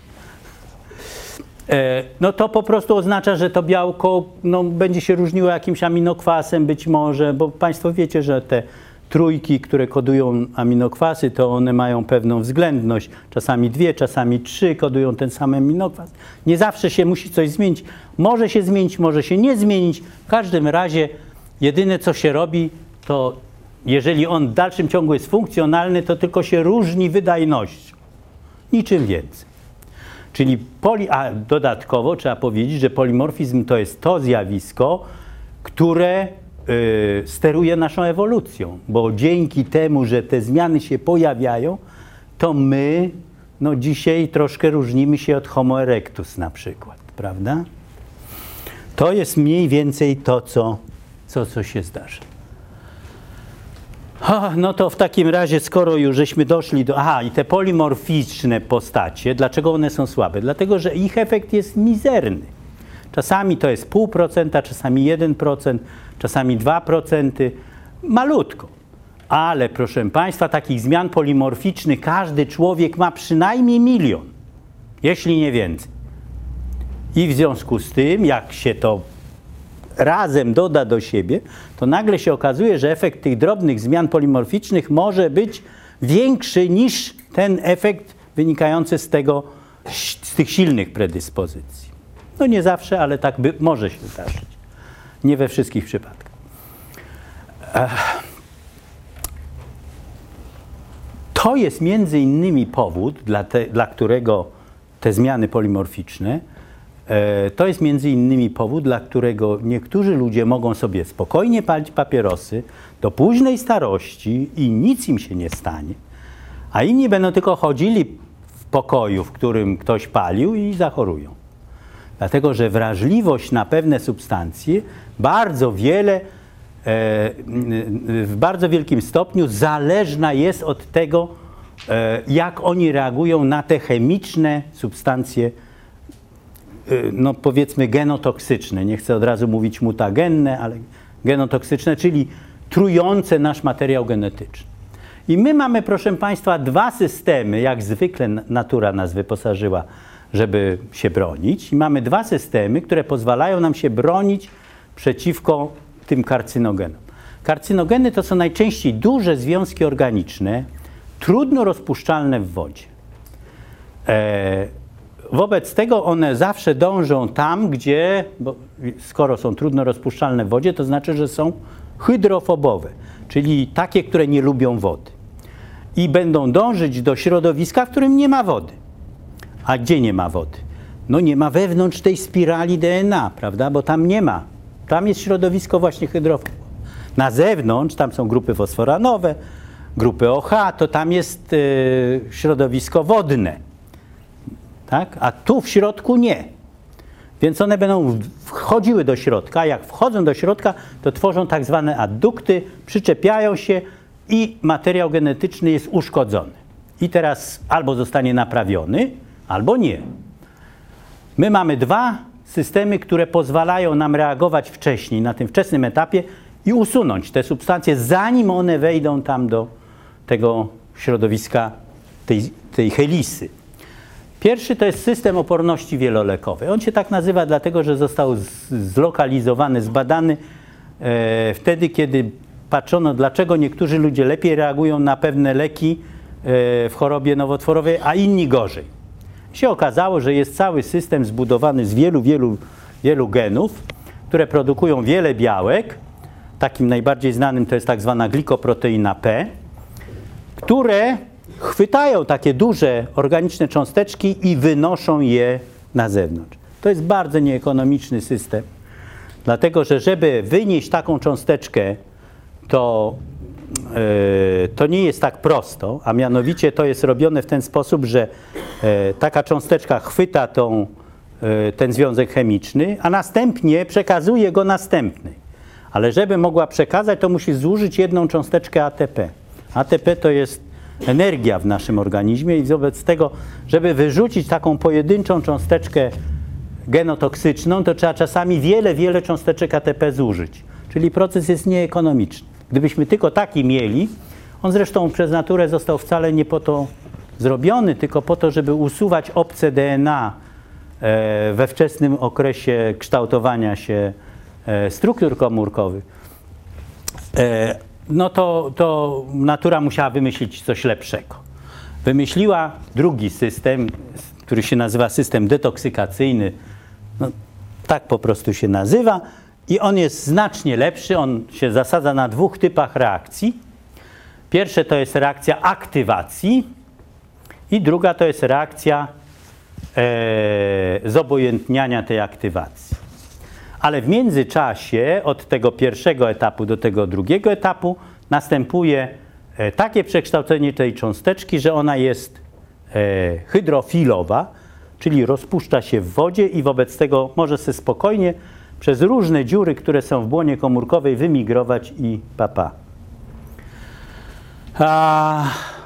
E, no to po prostu oznacza, że to białko no, będzie się różniło jakimś aminokwasem być może, bo Państwo wiecie, że te trójki, które kodują aminokwasy, to one mają pewną względność. Czasami dwie, czasami trzy kodują ten sam aminokwas. Nie zawsze się musi coś zmienić. Może się zmienić, może się nie zmienić. W każdym razie jedyne, co się robi, to jeżeli on w dalszym ciągu jest funkcjonalny, to tylko się różni wydajnością. Niczym więcej. Czyli poli, a dodatkowo trzeba powiedzieć, że polimorfizm to jest to zjawisko, które y, steruje naszą ewolucją, bo dzięki temu, że te zmiany się pojawiają, to my no, dzisiaj troszkę różnimy się od Homo erectus na przykład, prawda? To jest mniej więcej to, co, co, co się zdarza. O, no to w takim razie, skoro już żeśmy doszli do... Aha, i te polimorficzne postacie, dlaczego one są słabe? Dlatego, że ich efekt jest mizerny. Czasami to jest pół procenta, czasami jeden procent, czasami dwa procent. Malutko. Ale proszę Państwa, takich zmian polimorficznych każdy człowiek ma przynajmniej milion, jeśli nie więcej. I w związku z tym, jak się to razem doda do siebie, to nagle się okazuje, że efekt tych drobnych zmian polimorficznych może być większy niż ten efekt wynikający z tego, z tych silnych predyspozycji. No nie zawsze, ale tak by, może się zdarzyć. Nie we wszystkich przypadkach. Ech. To jest między innymi powód, dla, te, dla którego te zmiany polimorficzne, to jest między innymi powód, dla którego niektórzy ludzie mogą sobie spokojnie palić papierosy do późnej starości i nic im się nie stanie, a inni będą tylko chodzili w pokoju, w którym ktoś palił i zachorują. Dlatego, że wrażliwość na pewne substancje bardzo wiele, w bardzo wielkim stopniu zależna jest od tego, jak oni reagują na te chemiczne substancje, no powiedzmy genotoksyczne, nie chcę od razu mówić mutagenne, ale genotoksyczne, czyli trujące nasz materiał genetyczny. I my mamy, proszę Państwa, dwa systemy, jak zwykle natura nas wyposażyła, żeby się bronić. I mamy dwa systemy, które pozwalają nam się bronić przeciwko tym karcynogenom. Karcynogeny to są najczęściej duże związki organiczne, trudno rozpuszczalne w wodzie. E, wobec tego one zawsze dążą tam, gdzie, bo skoro są trudno rozpuszczalne w wodzie, to znaczy, że są hydrofobowe, czyli takie, które nie lubią wody. I będą dążyć do środowiska, w którym nie ma wody. A gdzie nie ma wody? No nie ma wewnątrz tej spirali D N A, prawda? Bo tam nie ma. Tam jest środowisko właśnie hydrofobowe. Na zewnątrz, tam są grupy fosforanowe, grupy O H, to tam jest y, środowisko wodne. Tak? A tu w środku nie. Więc one będą wchodziły do środka. Jak wchodzą do środka, to tworzą tak zwane addukty, przyczepiają się i materiał genetyczny jest uszkodzony. I teraz albo zostanie naprawiony, albo nie. My mamy dwa systemy, które pozwalają nam reagować wcześniej, na tym wczesnym etapie i usunąć te substancje, zanim one wejdą tam do tego środowiska, tej, tej helisy. Pierwszy to jest system oporności wielolekowej. On się tak nazywa dlatego, że został zlokalizowany, zbadany e, wtedy, kiedy patrzono, dlaczego niektórzy ludzie lepiej reagują na pewne leki e, w chorobie nowotworowej, a inni gorzej. Się okazało, że jest cały system zbudowany z wielu, wielu, wielu genów, które produkują wiele białek. Takim najbardziej znanym to jest tak zwana glikoproteina P, które chwytają takie duże organiczne cząsteczki i wynoszą je na zewnątrz. To jest bardzo nieekonomiczny system, dlatego że żeby wynieść taką cząsteczkę, to, yy, to nie jest tak prosto, a mianowicie to jest robione w ten sposób, że yy, taka cząsteczka chwyta tą, yy, ten związek chemiczny, a następnie przekazuje go następnej. Ale żeby mogła przekazać, to musi zużyć jedną cząsteczkę A T P. A T P to jest energia w naszym organizmie i wobec tego, żeby wyrzucić taką pojedynczą cząsteczkę genotoksyczną, to trzeba czasami wiele, wiele cząsteczek A T P zużyć. Czyli proces jest nieekonomiczny. Gdybyśmy tylko taki mieli, on zresztą przez naturę został wcale nie po to zrobiony, tylko po to, żeby usuwać obce D N A we wczesnym okresie kształtowania się struktur komórkowych. No to, to natura musiała wymyślić coś lepszego. Wymyśliła drugi system, który się nazywa system detoksykacyjny. No, tak po prostu się nazywa i on jest znacznie lepszy. On się zasadza na dwóch typach reakcji. Pierwsze to jest reakcja aktywacji i druga to jest reakcja e, zobojętniania tej aktywacji. Ale w międzyczasie od tego pierwszego etapu do tego drugiego etapu następuje e, takie przekształcenie tej cząsteczki, że ona jest e, hydrofilowa, czyli rozpuszcza się w wodzie i wobec tego może sobie spokojnie przez różne dziury, które są w błonie komórkowej, wymigrować i papa. A,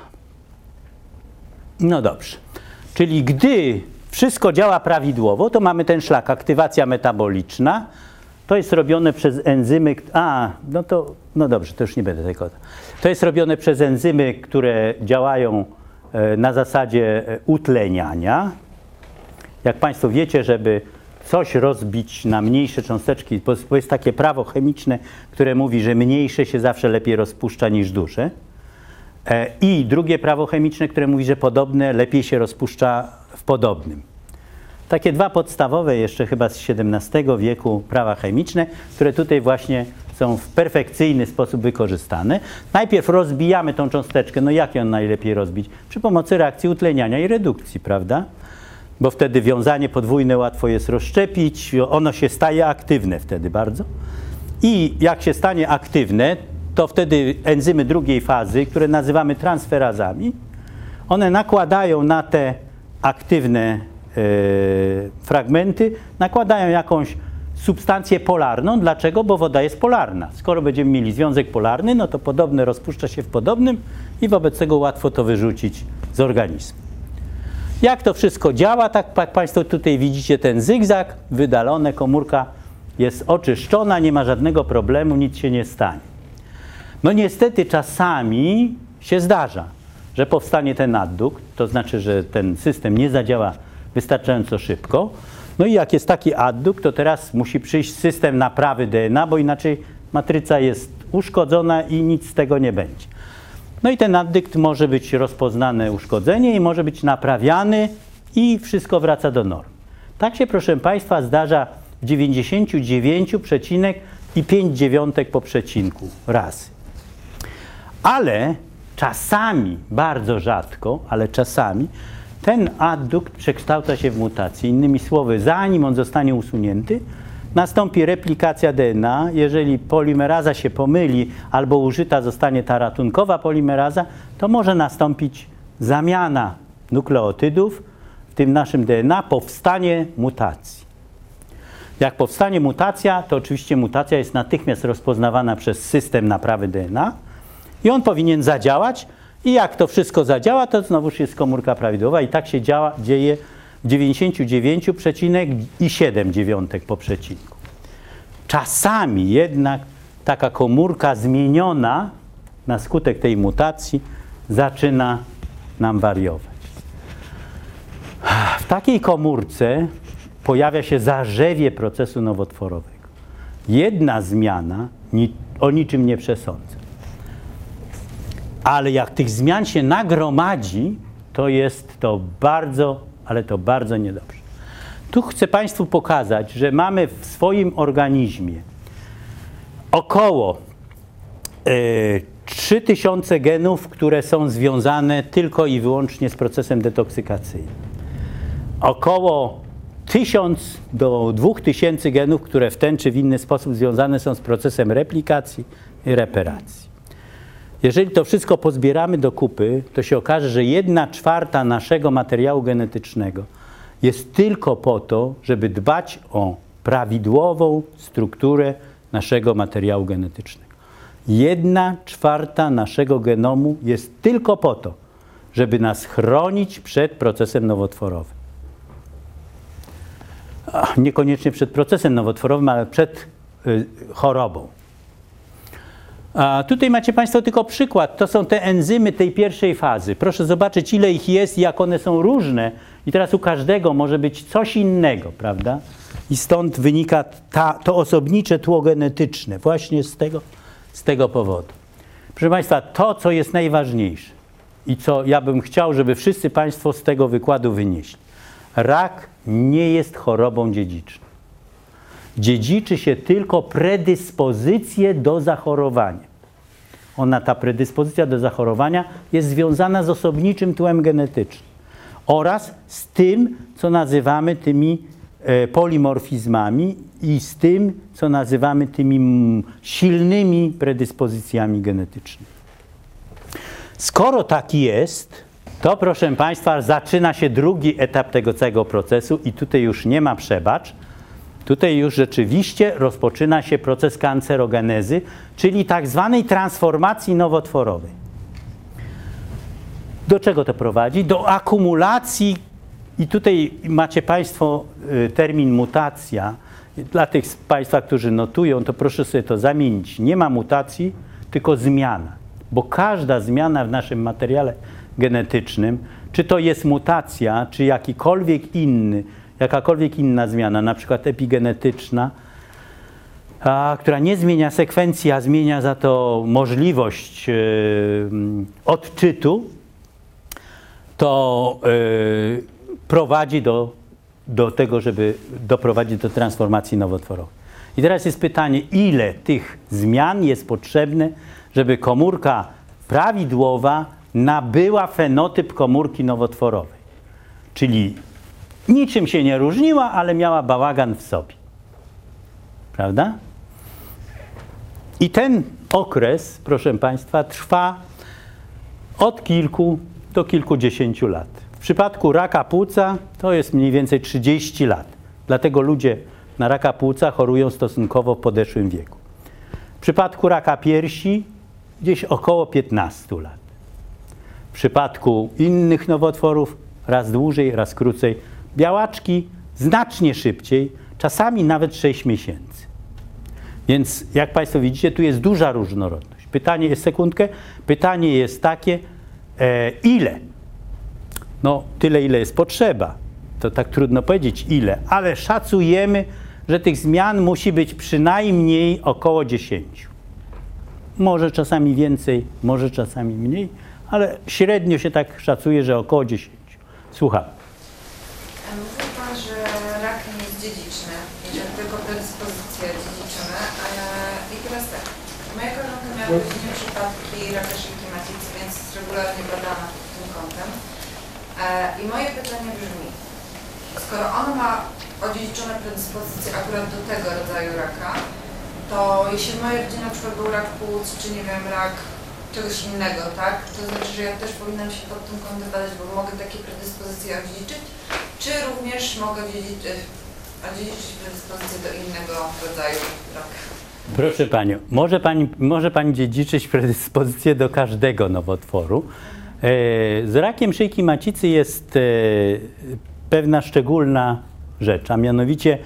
no dobrze. Czyli gdy wszystko działa prawidłowo, to mamy ten szlak, aktywacja metaboliczna. To jest robione przez enzymy, a, no to, no dobrze, to już nie będę tego. To jest robione przez enzymy, które działają na zasadzie utleniania. Jak Państwo wiecie, żeby coś rozbić na mniejsze cząsteczki, bo jest takie prawo chemiczne, które mówi, że mniejsze się zawsze lepiej rozpuszcza niż duże. I drugie prawo chemiczne, które mówi, że podobne lepiej się rozpuszcza w podobnym. Takie dwa podstawowe jeszcze chyba z siedemnastego wieku prawa chemiczne, które tutaj właśnie są w perfekcyjny sposób wykorzystane. Najpierw rozbijamy tą cząsteczkę. No jak ją najlepiej rozbić? Przy pomocy reakcji utleniania i redukcji, prawda? bo wtedy wiązanie podwójne łatwo jest rozszczepić, ono się staje aktywne wtedy bardzo. I jak się stanie aktywne, to wtedy enzymy drugiej fazy, które nazywamy transferazami, one nakładają na te aktywne e, fragmenty, nakładają jakąś substancję polarną. Dlaczego? Bo woda jest polarna. Skoro będziemy mieli związek polarny, no to podobne rozpuszcza się w podobnym i wobec tego łatwo to wyrzucić z organizmu. Jak to wszystko działa, tak jak Państwo tutaj widzicie ten zygzak, wydalone, komórka jest oczyszczona, nie ma żadnego problemu, nic się nie stanie. No niestety czasami się zdarza, że powstanie ten addukt, to znaczy, że ten system nie zadziała wystarczająco szybko. No i jak jest taki addukt, to teraz musi przyjść system naprawy D N A, bo inaczej matryca jest uszkodzona i nic z tego nie będzie. No i ten addukt może być rozpoznane uszkodzenie i może być naprawiany i wszystko wraca do normy. Tak się, proszę Państwa, zdarza w dziewięćdziesięciu dziewięciu przecinek pięć dziewiątek po przecinku razy. Ale czasami, bardzo rzadko, ale czasami ten addukt przekształca się w mutację. Innymi słowy, zanim on zostanie usunięty, nastąpi replikacja D N A. Jeżeli polimeraza się pomyli albo użyta zostanie ta ratunkowa polimeraza, to może nastąpić zamiana nukleotydów, w tym naszym D N A, powstanie mutacji. Jak powstanie mutacja, to oczywiście mutacja jest natychmiast rozpoznawana przez system naprawy D N A i on powinien zadziałać i jak to wszystko zadziała, to znowuż jest komórka prawidłowa i tak się działa, dzieje w dziewięćdziesięciu dziewięciu przecinek siedem dziewiątek po przecinku. Czasami jednak taka komórka zmieniona na skutek tej mutacji zaczyna nam wariować. W takiej komórce pojawia się zarzewie procesu nowotworowego. Jedna zmiana ni o niczym nie przesądza. Ale jak tych zmian się nagromadzi, to jest to bardzo, ale to bardzo niedobrze. Tu chcę Państwu pokazać, że mamy w swoim organizmie około y, trzy tysiące genów, które są związane tylko i wyłącznie z procesem detoksykacyjnym. Około tysiąc do dwóch tysięcy genów, które w ten czy w inny sposób związane są z procesem replikacji i reparacji. Jeżeli to wszystko pozbieramy do kupy, to się okaże, że jedna czwarta naszego materiału genetycznego jest tylko po to, żeby dbać o prawidłową strukturę naszego materiału genetycznego. Jedna czwarta naszego genomu jest tylko po to, żeby nas chronić przed procesem nowotworowym. Niekoniecznie przed procesem nowotworowym, ale przed y, chorobą. A tutaj macie Państwo tylko przykład. To są te enzymy tej pierwszej fazy. Proszę zobaczyć, ile ich jest i jak one są różne. I teraz u każdego może być coś innego, prawda? I stąd wynika ta, to osobnicze tło genetyczne. Właśnie z tego, z tego powodu. Proszę Państwa, to, co jest najważniejsze i co ja bym chciał, żeby wszyscy Państwo z tego wykładu wynieśli. Rak nie jest chorobą dziedziczną. Dziedziczy się tylko predyspozycję do zachorowania. Ona, ta predyspozycja do zachorowania jest związana z osobniczym tłem genetycznym oraz z tym, co nazywamy tymi e, polimorfizmami i z tym, co nazywamy tymi m, silnymi predyspozycjami genetycznymi. Skoro tak jest, to proszę Państwa, zaczyna się drugi etap tego całego procesu i tutaj już nie ma przebacz. Tutaj już rzeczywiście rozpoczyna się proces kancerogenezy, czyli tak zwanej transformacji nowotworowej. Do czego to prowadzi? Do akumulacji, i tutaj macie Państwo termin mutacja. Dla tych z Państwa, którzy notują, to proszę sobie to zamienić. Nie ma mutacji, tylko zmiana. Bo każda zmiana w naszym materiale genetycznym, czy to jest mutacja, czy jakikolwiek inny, jakakolwiek inna zmiana, na przykład epigenetyczna, a, która nie zmienia sekwencji, a zmienia za to możliwość yy, odczytu, to yy, prowadzi do, do tego, żeby doprowadzić do transformacji nowotworowej. I teraz jest pytanie, ile tych zmian jest potrzebne, żeby komórka prawidłowa nabyła fenotyp komórki nowotworowej. Czyli niczym się nie różniła, ale miała bałagan w sobie. Prawda? I ten okres, proszę Państwa, trwa od kilku do kilkudziesięciu lat. W przypadku raka płuca to jest mniej więcej trzydzieści lat. Dlatego ludzie na raka płuca chorują stosunkowo w podeszłym wieku. W przypadku raka piersi gdzieś około piętnastu lat. W przypadku innych nowotworów raz dłużej, raz krócej. Białaczki znacznie szybciej, czasami nawet sześć miesięcy. Więc jak Państwo widzicie, tu jest duża różnorodność. Pytanie jest, sekundkę, pytanie jest takie, e, ile? No tyle, ile jest potrzeba. To tak trudno powiedzieć ile, ale szacujemy, że tych zmian musi być przynajmniej około dziesięciu. Może czasami więcej, może czasami mniej, ale średnio się tak szacuje, że około dziesięciu. Słucham. Mówił Pan, że rak nie jest dziedziczny i że tylko predyspozycje dziedziczymy. I teraz tak, moja koleżanka miała w rodzinie przypadki raka szyjki macicy, więc jest regularnie badana pod tym kątem. I moje pytanie brzmi, skoro ona ma odziedziczone predyspozycje akurat do tego rodzaju raka, to jeśli w mojej rodzinie na przykład był rak płuc, czy nie wiem, rak czegoś innego, tak? To znaczy, że ja też powinnam się pod tym kątem badać, bo mogę takie predyspozycje odziedziczyć, czy również mogę odziedziczyć, odziedziczyć predyspozycje do innego rodzaju raka? Proszę Panią, może Pani, może Pani dziedziczyć predyspozycje do każdego nowotworu. E, z rakiem szyjki macicy jest e, pewna szczególna rzecz, a mianowicie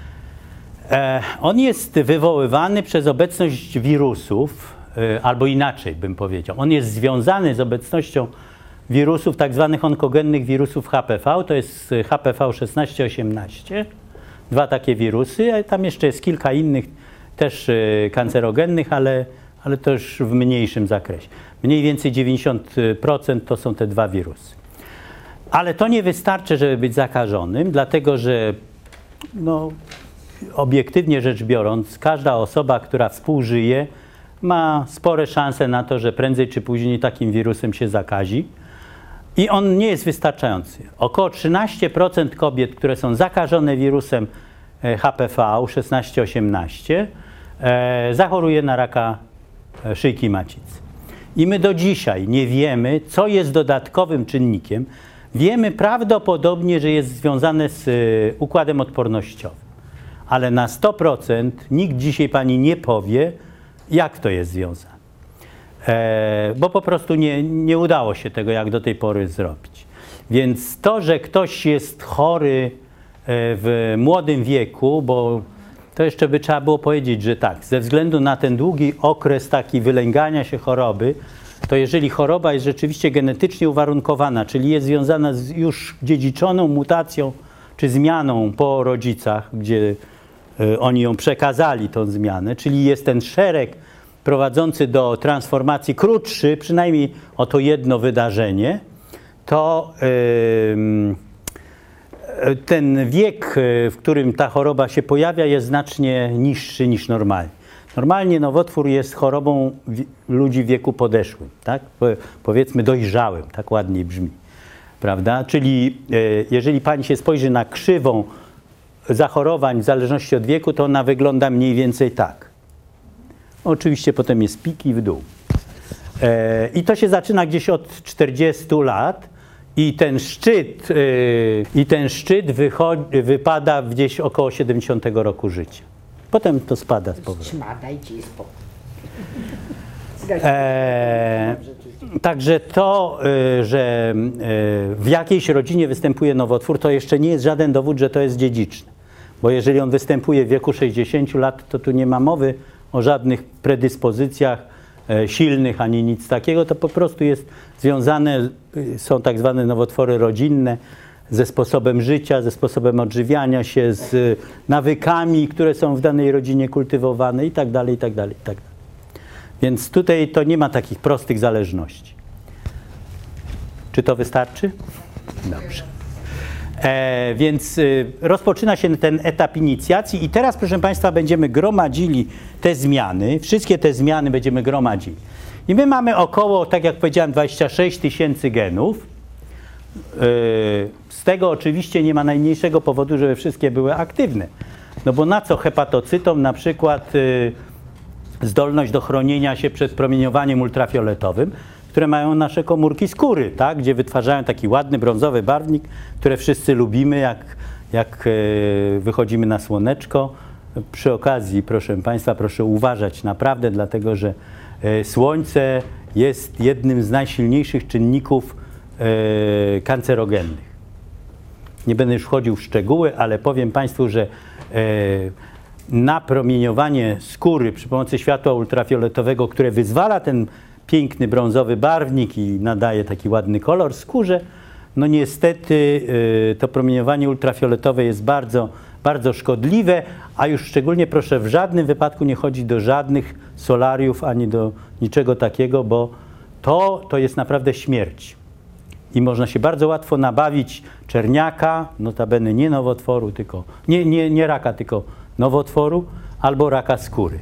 e, on jest wywoływany przez obecność wirusów, albo inaczej bym powiedział, on jest związany z obecnością wirusów, tak zwanych onkogennych wirusów H P V, to jest H P V szesnaście osiemnaście, dwa takie wirusy, a tam jeszcze jest kilka innych też kancerogennych, ale, ale to już w mniejszym zakresie. Mniej więcej dziewięćdziesiąt procent to są te dwa wirusy. Ale to nie wystarczy, żeby być zakażonym, dlatego że no, obiektywnie rzecz biorąc, każda osoba, która współżyje, ma spore szanse na to, że prędzej czy później takim wirusem się zakazi. I on nie jest wystarczający. Około trzynaście procent kobiet, które są zakażone wirusem H P V szesnaście osiemnaście, e, zachoruje na raka szyjki macicy. I my do dzisiaj nie wiemy, co jest dodatkowym czynnikiem. Wiemy prawdopodobnie, że jest związane z y, układem odpornościowym. Ale na sto procent nikt dzisiaj Pani nie powie, jak to jest związane. E, bo po prostu nie, nie udało się tego jak do tej pory zrobić. Więc to, że ktoś jest chory w młodym wieku, bo to jeszcze by trzeba było powiedzieć, że tak, ze względu na ten długi okres taki wylęgania się choroby, to jeżeli choroba jest rzeczywiście genetycznie uwarunkowana, czyli jest związana z już dziedziczoną mutacją czy zmianą po rodzicach, gdzie y, oni ją przekazali, tą zmianę, czyli jest ten szereg prowadzący do transformacji krótszy, przynajmniej o to jedno wydarzenie, to y, ten wiek, w którym ta choroba się pojawia, jest znacznie niższy niż normalnie. Normalnie nowotwór jest chorobą ludzi w wieku podeszłym, tak? Powiedzmy dojrzałym, tak ładniej brzmi, prawda? Czyli jeżeli Pani się spojrzy na krzywą zachorowań w zależności od wieku, to ona wygląda mniej więcej tak. Oczywiście potem jest pik i w dół. I to się zaczyna gdzieś od czterdziestu lat i ten szczyt, i ten szczyt wychodzi, wypada gdzieś około siedemdziesiątego roku życia. Potem to spada z powrotem. Dajcie jej spokój. E, także to, y, że y, w jakiejś rodzinie występuje nowotwór, to jeszcze nie jest żaden dowód, że to jest dziedziczne. Bo jeżeli on występuje w wieku sześćdziesięciu lat, to tu nie ma mowy o żadnych predyspozycjach y, silnych ani nic takiego. To po prostu jest związane, y, są tak zwane nowotwory rodzinne, ze sposobem życia, ze sposobem odżywiania się, z nawykami, które są w danej rodzinie kultywowane i tak dalej, i tak dalej, i tak dalej. Więc tutaj to nie ma takich prostych zależności. Czy to wystarczy? Dobrze. E, więc y, rozpoczyna się ten etap inicjacji i teraz, proszę Państwa, będziemy gromadzili te zmiany, wszystkie te zmiany będziemy gromadzili. I my mamy około, tak jak powiedziałem, dwadzieścia sześć tysięcy genów. Z tego oczywiście nie ma najmniejszego powodu, żeby wszystkie były aktywne. No bo na co hepatocytom na przykład y, zdolność do chronienia się przed promieniowaniem ultrafioletowym, które mają nasze komórki skóry, tak? Gdzie wytwarzają taki ładny brązowy barwnik, które wszyscy lubimy, jak, jak y, wychodzimy na słoneczko. Przy okazji, proszę Państwa, proszę uważać naprawdę, dlatego że y, słońce jest jednym z najsilniejszych czynników y, kancerogennych. Nie będę już wchodził w szczegóły, ale powiem Państwu, że e, napromieniowanie skóry przy pomocy światła ultrafioletowego, które wyzwala ten piękny brązowy barwnik i nadaje taki ładny kolor skórze, no niestety e, to promieniowanie ultrafioletowe jest bardzo, bardzo szkodliwe, a już szczególnie proszę, w żadnym wypadku nie chodzi do żadnych solariów ani do niczego takiego, bo to, to jest naprawdę śmierć. I można się bardzo łatwo nabawić czerniaka, notabene nie nowotworu, tylko, nie, nie, nie raka, tylko nowotworu, albo raka skóry.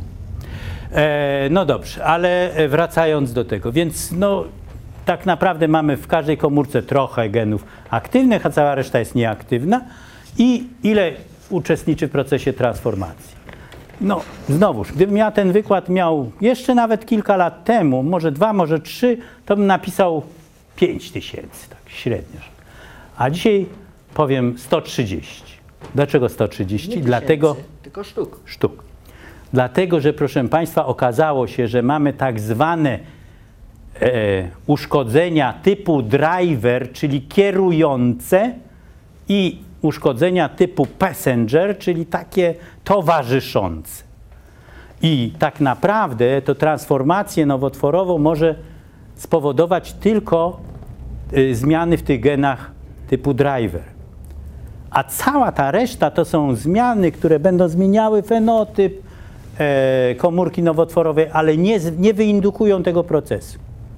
E, no dobrze, ale wracając do tego, więc no, tak naprawdę mamy w każdej komórce trochę genów aktywnych, a cała reszta jest nieaktywna. I ile uczestniczy w procesie transformacji? No znowuż, gdybym ja ten wykład miał jeszcze nawet kilka lat temu, może dwa, może trzy, to bym napisał pięć tysięcy, tak średnio. A dzisiaj powiem sto trzydzieści. Dlaczego sto trzydzieści? Nie Dlatego tysięcy, tylko sztuk. sztuk. Dlatego, że proszę Państwa, okazało się, że mamy tak zwane e, uszkodzenia typu driver, czyli kierujące, i uszkodzenia typu passenger, czyli takie towarzyszące. I tak naprawdę to transformację nowotworową może spowodować tylko y, zmiany w tych genach typu driver. A cała ta reszta to są zmiany, które będą zmieniały fenotyp e, komórki nowotworowej, ale nie, nie wyindukują tego procesu.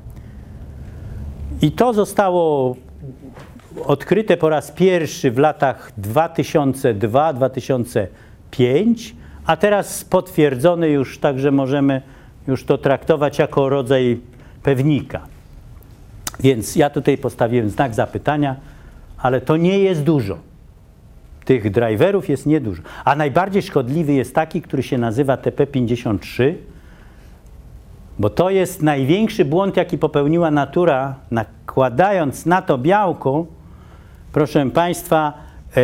I to zostało odkryte po raz pierwszy w latach dwa tysiące drugi do dwa tysiące piątego, a teraz potwierdzone już, także możemy już to traktować jako rodzaj pewnika. Więc ja tutaj postawiłem znak zapytania, ale to nie jest dużo. Tych driverów jest niedużo. A najbardziej szkodliwy jest taki, który się nazywa T P pięćdziesiąt trzy, bo to jest największy błąd, jaki popełniła natura, nakładając na to białko, proszę Państwa, e,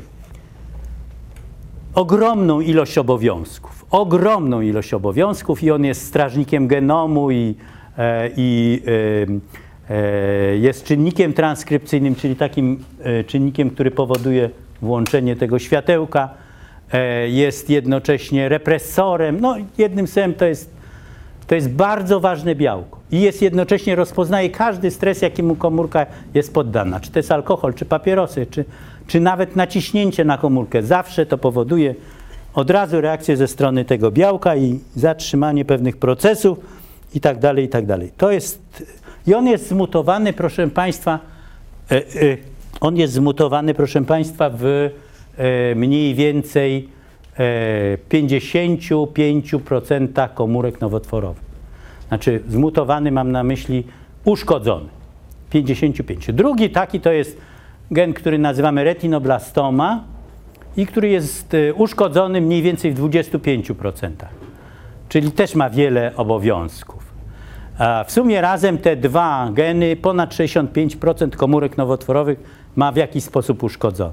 ogromną ilość obowiązków. Ogromną ilość obowiązków i on jest strażnikiem genomu i, e, i e, e, jest czynnikiem transkrypcyjnym, czyli takim e, czynnikiem, który powoduje włączenie tego światełka. E, jest jednocześnie represorem. No jednym słowem to jest, to jest bardzo ważne białko. I jest jednocześnie, rozpoznaje każdy stres, jakiemu komórka jest poddana. Czy to jest alkohol, czy papierosy, czy, czy nawet naciśnięcie na komórkę. Zawsze to powoduje od razu reakcję ze strony tego białka i zatrzymanie pewnych procesów i tak dalej, i tak dalej. To jest, i on jest zmutowany, proszę Państwa, e, e, on jest zmutowany, proszę Państwa, w e, mniej więcej e, pięćdziesiąt pięć procent komórek nowotworowych. Znaczy zmutowany mam na myśli uszkodzony. pięćdziesiąt pięć. Drugi taki to jest gen, który nazywamy retinoblastoma i który jest uszkodzony mniej więcej w dwudziestu pięciu procentach. Czyli też ma wiele obowiązków. A w sumie razem te dwa geny, ponad sześćdziesiąt pięć procent komórek nowotworowych ma w jakiś sposób uszkodzony.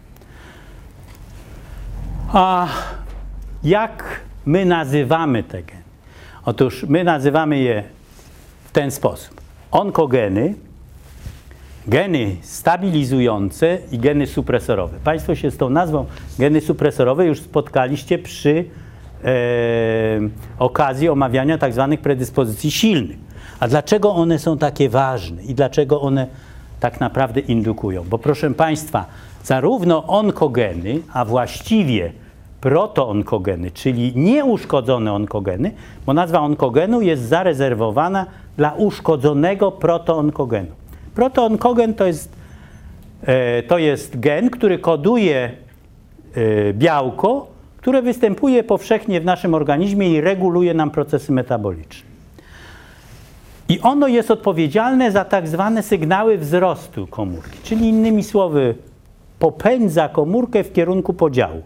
A jak my nazywamy te geny? Otóż my nazywamy je w ten sposób. Onkogeny, geny stabilizujące i geny supresorowe. Państwo się z tą nazwą geny supresorowe już spotkaliście przy e, okazji omawiania tak zwanych predyspozycji silnych. A dlaczego one są takie ważne i dlaczego one tak naprawdę indukują? Bo proszę Państwa, zarówno onkogeny, a właściwie protoonkogeny, czyli nieuszkodzone onkogeny, bo nazwa onkogenu jest zarezerwowana dla uszkodzonego protoonkogenu. Protoonkogen to jest, e, to jest gen, który koduje e, białko, które występuje powszechnie w naszym organizmie i reguluje nam procesy metaboliczne. I ono jest odpowiedzialne za tak zwane sygnały wzrostu komórki, czyli innymi słowy popędza komórkę w kierunku podziału.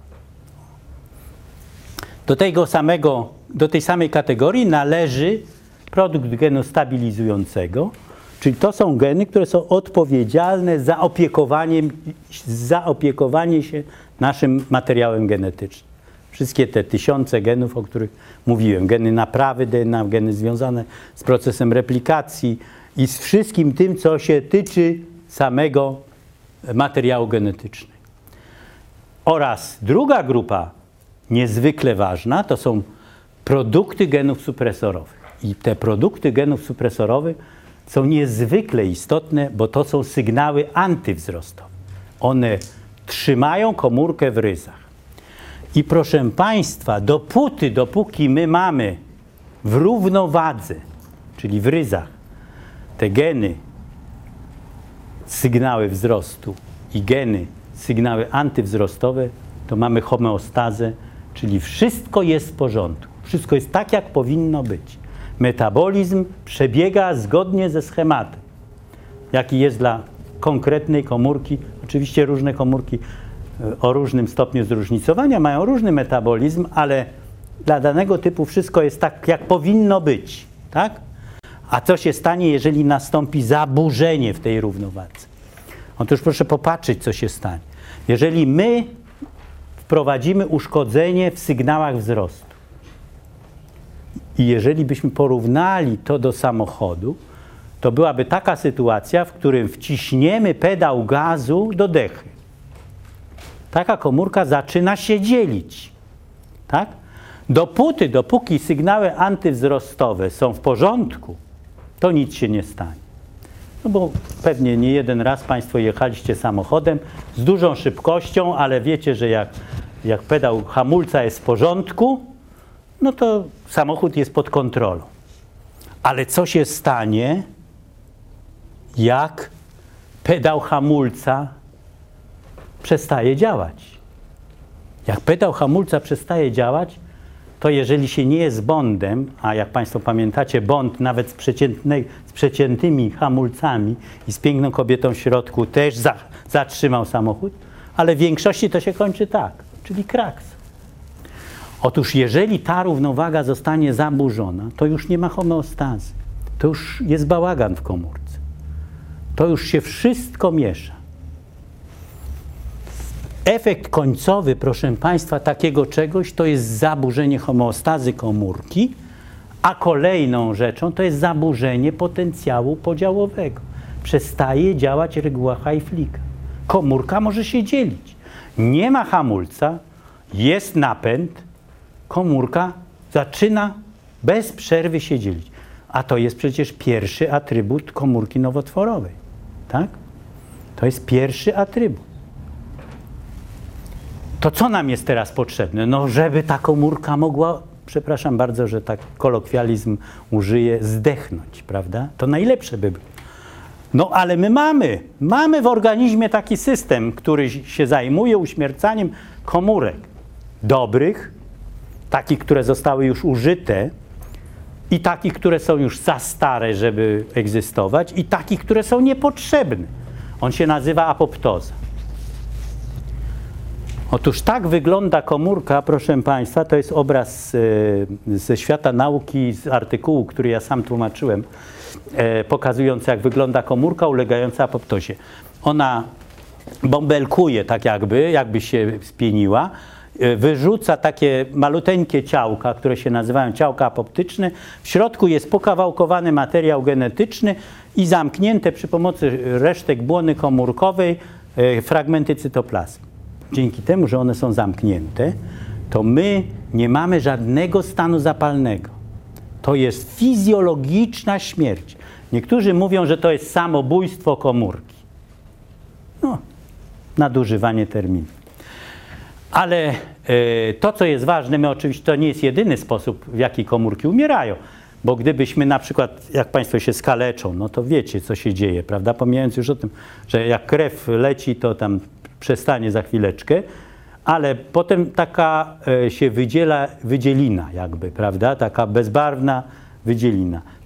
Do tego samego, do tej samej kategorii należy produkt genu stabilizującego, czyli to są geny, które są odpowiedzialne za opiekowaniem, za opiekowanie się naszym materiałem genetycznym. Wszystkie te tysiące genów, o których mówiłem, geny naprawy D N A, geny związane z procesem replikacji i z wszystkim tym, co się tyczy samego materiału genetycznego. Oraz druga grupa, niezwykle ważna, to są produkty genów supresorowych. I te produkty genów supresorowych są niezwykle istotne, bo to są sygnały antywzrostowe. One trzymają komórkę w ryzach. I proszę Państwa, dopóty, dopóki my mamy w równowadze, czyli w ryzach, te geny, sygnały wzrostu i geny, sygnały antywzrostowe, to mamy homeostazę, czyli wszystko jest w porządku. Wszystko jest tak, jak powinno być. Metabolizm przebiega zgodnie ze schematem, jaki jest dla konkretnej komórki. Oczywiście różne komórki o różnym stopniu zróżnicowania mają różny metabolizm, ale dla danego typu wszystko jest tak, jak powinno być. Tak? A co się stanie, jeżeli nastąpi zaburzenie w tej równowadze? Otóż proszę popatrzeć, co się stanie. Jeżeli my wprowadzimy uszkodzenie w sygnałach wzrostu i jeżeli byśmy porównali to do samochodu, to byłaby taka sytuacja, w którym wciśniemy pedał gazu do dechy. Taka komórka zaczyna się dzielić. Tak? Dopóty, dopóki sygnały antywzrostowe są w porządku, to nic się nie stanie. No bo pewnie nie jeden raz Państwo jechaliście samochodem z dużą szybkością, ale wiecie, że jak, jak pedał hamulca jest w porządku, no to samochód jest pod kontrolą. Ale co się stanie, jak pedał hamulca przestaje działać? Jak pedał hamulca przestaje działać, to jeżeli się nie jest bondem, a jak Państwo pamiętacie, bond nawet z, z przeciętymi hamulcami i z piękną kobietą w środku też za, zatrzymał samochód, ale w większości to się kończy tak, czyli kraks. Otóż jeżeli ta równowaga zostanie zaburzona, to już nie ma homeostazy. To już jest bałagan w komórce. To już się wszystko miesza. Efekt końcowy, proszę Państwa, takiego czegoś to jest zaburzenie homeostazy komórki, a kolejną rzeczą to jest zaburzenie potencjału podziałowego. Przestaje działać reguła Hayflicka. Komórka może się dzielić. Nie ma hamulca, jest napęd, komórka zaczyna bez przerwy się dzielić. A to jest przecież pierwszy atrybut komórki nowotworowej. Tak? To jest pierwszy atrybut. To co nam jest teraz potrzebne? No, żeby ta komórka mogła, przepraszam bardzo, że tak kolokwializm użyję, zdechnąć, prawda? To najlepsze by było. No, ale my mamy, mamy w organizmie taki system, który się zajmuje uśmiercaniem komórek dobrych, takich, które zostały już użyte i takich, które są już za stare, żeby egzystować i takich, które są niepotrzebne. On się nazywa apoptoza. Otóż tak wygląda komórka, proszę Państwa, to jest obraz e, ze świata nauki, z artykułu, który ja sam tłumaczyłem, e, pokazujący, jak wygląda komórka ulegająca apoptozie. Ona bąbelkuje tak jakby, jakby się spieniła, e, wyrzuca takie maluteńkie ciałka, które się nazywają ciałka apoptyczne. W środku jest pokawałkowany materiał genetyczny i zamknięte przy pomocy resztek błony komórkowej e, fragmenty cytoplazmy. Dzięki temu, że one są zamknięte, to my nie mamy żadnego stanu zapalnego. To jest fizjologiczna śmierć. Niektórzy mówią, że to jest samobójstwo komórki. No, nadużywanie terminu. Ale e, to, co jest ważne, my oczywiście to nie jest jedyny sposób, w jaki komórki umierają. Bo gdybyśmy na przykład, jak Państwo się skaleczą, no to wiecie, co się dzieje, prawda? Pomijając już o tym, że jak krew leci, to tam przestanie za chwileczkę, ale potem taka e, się wydziela wydzielina jakby, prawda? Taka bezbarwna wydzielina.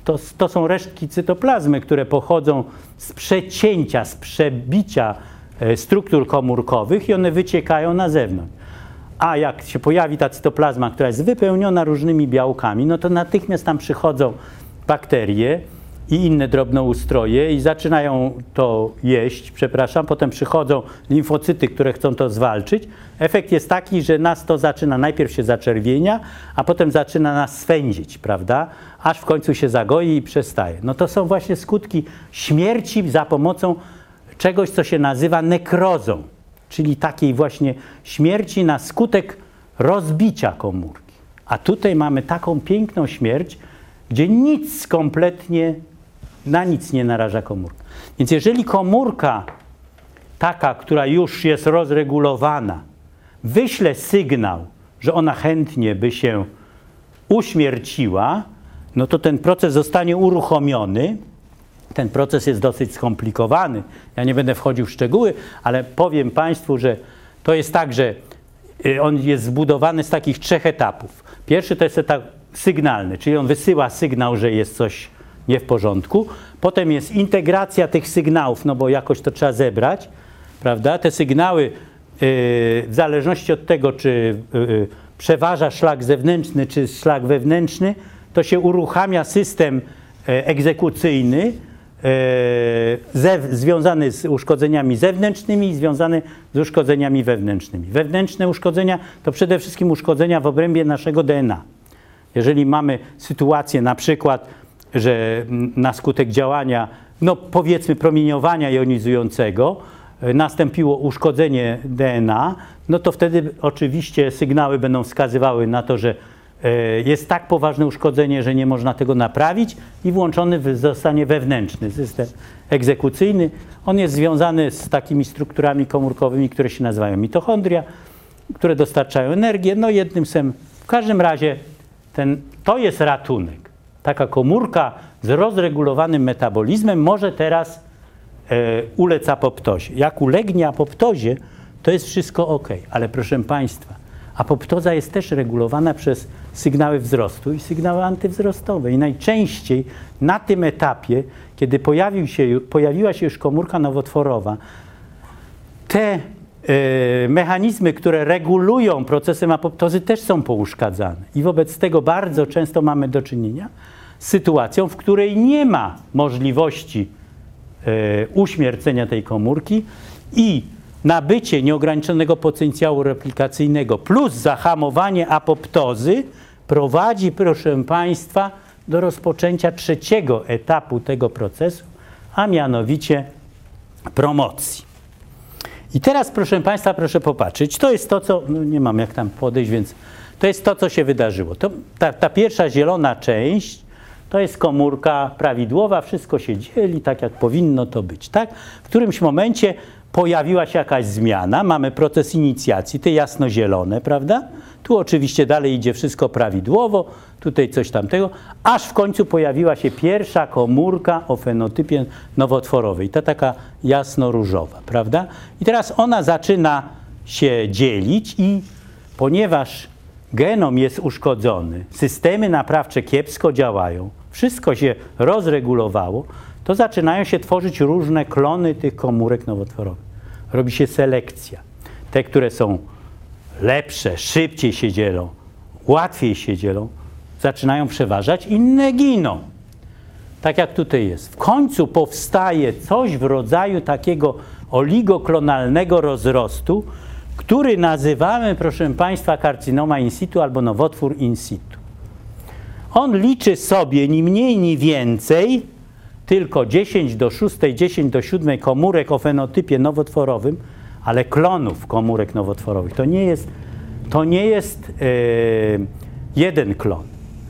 to, to są resztki cytoplazmy, które pochodzą z przecięcia, z przebicia struktur komórkowych i one wyciekają na zewnątrz. A jak się pojawi ta cytoplazma, która jest wypełniona różnymi białkami, no to natychmiast tam przychodzą bakterie i inne drobnoustroje i zaczynają to jeść, przepraszam, potem przychodzą limfocyty, które chcą to zwalczyć. Efekt jest taki, że nas to zaczyna, najpierw się zaczerwienia, a potem zaczyna nas swędzić, prawda? Aż w końcu się zagoi i przestaje. No to są właśnie skutki śmierci za pomocą czegoś, co się nazywa nekrozą, czyli takiej właśnie śmierci na skutek rozbicia komórki. A tutaj mamy taką piękną śmierć, gdzie nic kompletnie, na nic nie naraża komórka. Więc jeżeli komórka taka, która już jest rozregulowana, wyśle sygnał, że ona chętnie by się uśmierciła, no to ten proces zostanie uruchomiony. Ten proces jest dosyć skomplikowany. Ja nie będę wchodził w szczegóły, ale powiem Państwu, że to jest tak, że on jest zbudowany z takich trzech etapów. Pierwszy to jest etap sygnalny, czyli on wysyła sygnał, że jest coś nie w porządku. Potem jest integracja tych sygnałów, no bo jakoś to trzeba zebrać, prawda? Te sygnały yy, w zależności od tego, czy yy, przeważa szlak zewnętrzny, czy szlak wewnętrzny, to się uruchamia system yy, egzekucyjny, Zew, związany z uszkodzeniami zewnętrznymi i związany z uszkodzeniami wewnętrznymi. Wewnętrzne uszkodzenia to przede wszystkim uszkodzenia w obrębie naszego D N A. Jeżeli mamy sytuację na przykład, że na skutek działania, no powiedzmy promieniowania jonizującego nastąpiło uszkodzenie D N A, no to wtedy oczywiście sygnały będą wskazywały na to, że jest tak poważne uszkodzenie, że nie można tego naprawić i włączony zostanie wewnętrzny system egzekucyjny. On jest związany z takimi strukturami komórkowymi, które się nazywają mitochondria, które dostarczają energię. No jednym sem, w każdym razie ten, to jest ratunek. Taka komórka z rozregulowanym metabolizmem może teraz e, ulec apoptozie. Jak ulegnie apoptozie, to jest wszystko ok. Ale proszę Państwa, apoptoza jest też regulowana przez sygnały wzrostu i sygnały antywzrostowe. I najczęściej na tym etapie, kiedy pojawił się, pojawiła się już komórka nowotworowa, te e, mechanizmy, które regulują procesem apoptozy, też są pouszkadzane. I wobec tego bardzo często mamy do czynienia z sytuacją, w której nie ma możliwości e, uśmiercenia tej komórki i nabycie nieograniczonego potencjału replikacyjnego plus zahamowanie apoptozy prowadzi, proszę Państwa, do rozpoczęcia trzeciego etapu tego procesu, a mianowicie promocji. I teraz, proszę Państwa, proszę popatrzeć, to jest to, co, no nie mam jak tam podejść, więc to jest to, co się wydarzyło. To, ta, ta pierwsza zielona część to jest komórka prawidłowa, wszystko się dzieli tak, jak powinno to być, tak? W którymś momencie pojawiła się jakaś zmiana, mamy proces inicjacji, te jasnozielone, prawda? Tu oczywiście dalej idzie wszystko prawidłowo, tutaj coś tamtego, aż w końcu pojawiła się pierwsza komórka o fenotypie nowotworowej, ta taka jasno-różowa, prawda? I teraz ona zaczyna się dzielić i ponieważ genom jest uszkodzony, systemy naprawcze kiepsko działają, wszystko się rozregulowało, to zaczynają się tworzyć różne klony tych komórek nowotworowych. Robi się selekcja. Te, które są lepsze, szybciej się dzielą, łatwiej się dzielą, zaczynają przeważać, inne giną. Tak jak tutaj jest. W końcu powstaje coś w rodzaju takiego oligoklonalnego rozrostu, który nazywamy, proszę Państwa, karcinoma in situ albo nowotwór in situ. On liczy sobie ni mniej, ni więcej tylko dziesięć do szóstej, dziesięć do siódmej komórek o fenotypie nowotworowym, ale klonów komórek nowotworowych. To nie jest, to nie jest e, jeden klon.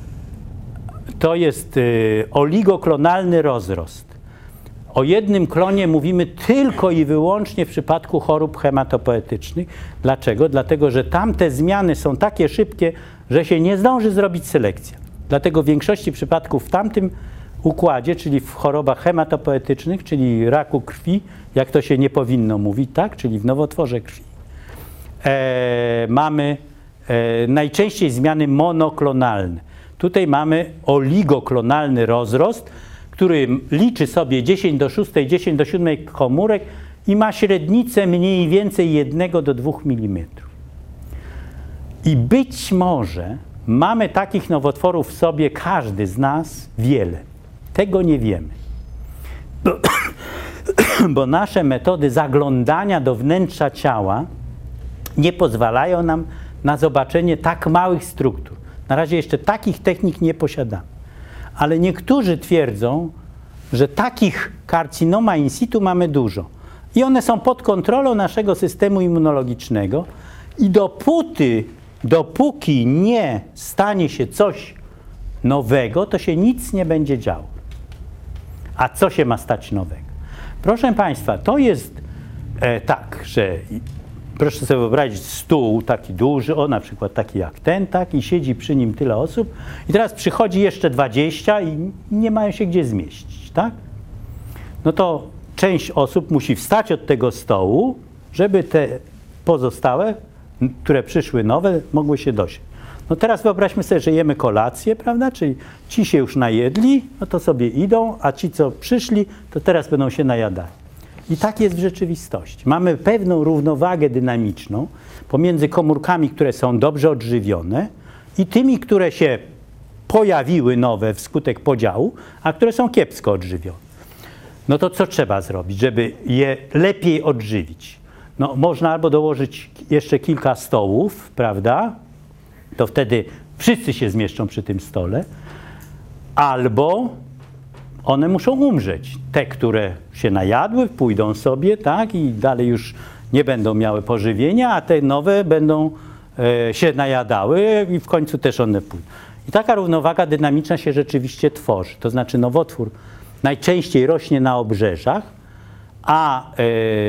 To jest e, oligoklonalny rozrost. O jednym klonie mówimy tylko i wyłącznie w przypadku chorób hematopoetycznych. Dlaczego? Dlatego, że tamte zmiany są takie szybkie, że się nie zdąży zrobić selekcja. Dlatego w większości przypadków w tamtym układzie, czyli w chorobach hematopoetycznych, czyli raku krwi, jak to się nie powinno mówić, tak? Czyli w nowotworze krwi, e, mamy e, najczęściej zmiany monoklonalne. Tutaj mamy oligoklonalny rozrost, który liczy sobie dziesięć do szóstej, dziesięć do siódmej komórek i ma średnicę mniej więcej jednego do dwóch milimetrów. I być może mamy takich nowotworów w sobie, każdy z nas, wiele. Tego nie wiemy. Bo, bo nasze metody zaglądania do wnętrza ciała nie pozwalają nam na zobaczenie tak małych struktur. Na razie jeszcze takich technik nie posiadamy. Ale niektórzy twierdzą, że takich karcinoma in situ mamy dużo. I one są pod kontrolą naszego systemu immunologicznego i dopóty, dopóki nie stanie się coś nowego, to się nic nie będzie działo. A co się ma stać nowego? Proszę Państwa, to jest e, tak, że proszę sobie wyobrazić stół taki duży, o na przykład taki jak ten, tak, i siedzi przy nim tyle osób i teraz przychodzi jeszcze dwadzieścia i nie mają się gdzie zmieścić, tak? No to część osób musi wstać od tego stołu, żeby te pozostałe, które przyszły nowe, mogły się dosiąść. No teraz wyobraźmy sobie, że jemy kolację, prawda? Czyli ci się już najedli, no to sobie idą, a ci, co przyszli, to teraz będą się najadali. I tak jest w rzeczywistości. Mamy pewną równowagę dynamiczną pomiędzy komórkami, które są dobrze odżywione i tymi, które się pojawiły nowe wskutek podziału, a które są kiepsko odżywione. No to co trzeba zrobić, żeby je lepiej odżywić? No można albo dołożyć jeszcze kilka stołów, prawda? To wtedy wszyscy się zmieszczą przy tym stole, albo one muszą umrzeć. Te, które się najadły, pójdą sobie, tak, i dalej już nie będą miały pożywienia, a te nowe będą e, się najadały i w końcu też one pójdą. I taka równowaga dynamiczna się rzeczywiście tworzy. To znaczy nowotwór najczęściej rośnie na obrzeżach, a e, e,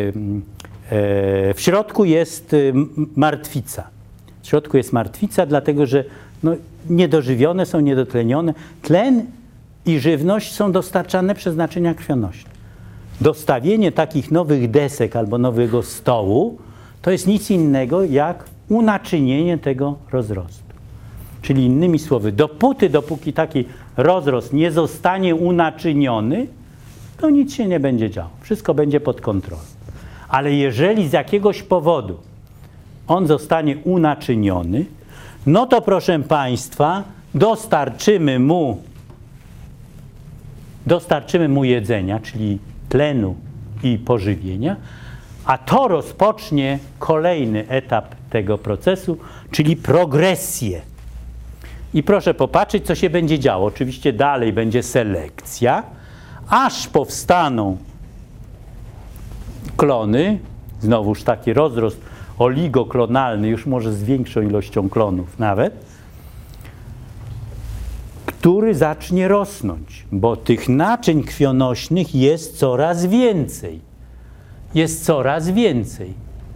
w środku jest martwica. W środku jest martwica, dlatego że no, niedożywione są, niedotlenione. Tlen i żywność są dostarczane przez naczynia krwionośne. Dostawienie takich nowych desek albo nowego stołu to jest nic innego jak unaczynienie tego rozrostu. Czyli innymi słowy, dopóty, dopóki taki rozrost nie zostanie unaczyniony, to nic się nie będzie działo. Wszystko będzie pod kontrolą. Ale jeżeli z jakiegoś powodu on zostanie unaczyniony, no to proszę Państwa, dostarczymy mu, dostarczymy mu jedzenia, czyli tlenu i pożywienia, a to rozpocznie kolejny etap tego procesu, czyli progresję. I proszę popatrzeć, co się będzie działo. Oczywiście dalej będzie selekcja, aż powstaną klony, znowuż taki rozrost oligoklonalny, już może z większą ilością klonów nawet, który zacznie rosnąć, bo tych naczyń krwionośnych jest coraz więcej. Jest coraz więcej.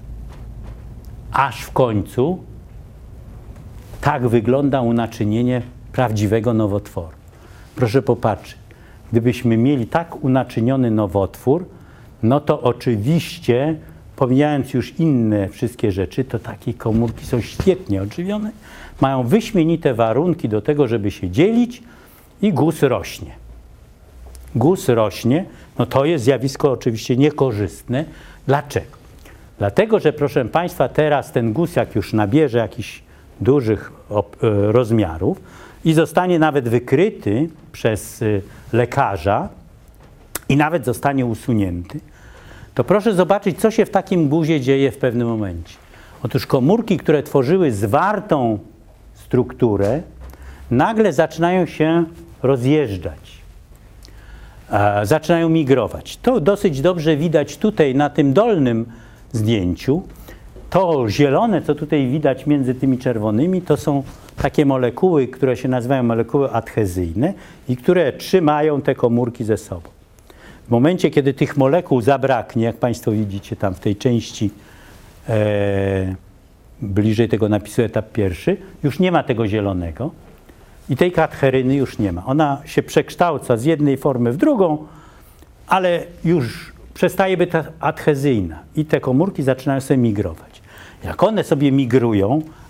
Aż w końcu tak wygląda unaczynienie prawdziwego nowotworu. Proszę popatrzeć, gdybyśmy mieli tak unaczyniony nowotwór, no to oczywiście, pomijając już inne wszystkie rzeczy, to takie komórki są świetnie odżywione, mają wyśmienite warunki do tego, żeby się dzielić i guz rośnie. Guz rośnie, no to jest zjawisko oczywiście niekorzystne. Dlaczego? Dlatego, że proszę Państwa, teraz ten guz, jak już nabierze jakichś dużych rozmiarów i zostanie nawet wykryty przez lekarza i nawet zostanie usunięty, to proszę zobaczyć, co się w takim guzie dzieje w pewnym momencie. Otóż komórki, które tworzyły zwartą strukturę, nagle zaczynają się rozjeżdżać, e, zaczynają migrować. To dosyć dobrze widać tutaj na tym dolnym zdjęciu. To zielone, co tutaj widać między tymi czerwonymi, to są takie molekuły, które się nazywają molekuły adhezyjne i które trzymają te komórki ze sobą. W momencie, kiedy tych molekuł zabraknie, jak Państwo widzicie tam w tej części e, bliżej tego napisu etap pierwszy, już nie ma tego zielonego i tej adheryny już nie ma. Ona się przekształca z jednej formy w drugą, ale już przestaje być adhezyjna i te komórki zaczynają sobie migrować. Jak one sobie migrują,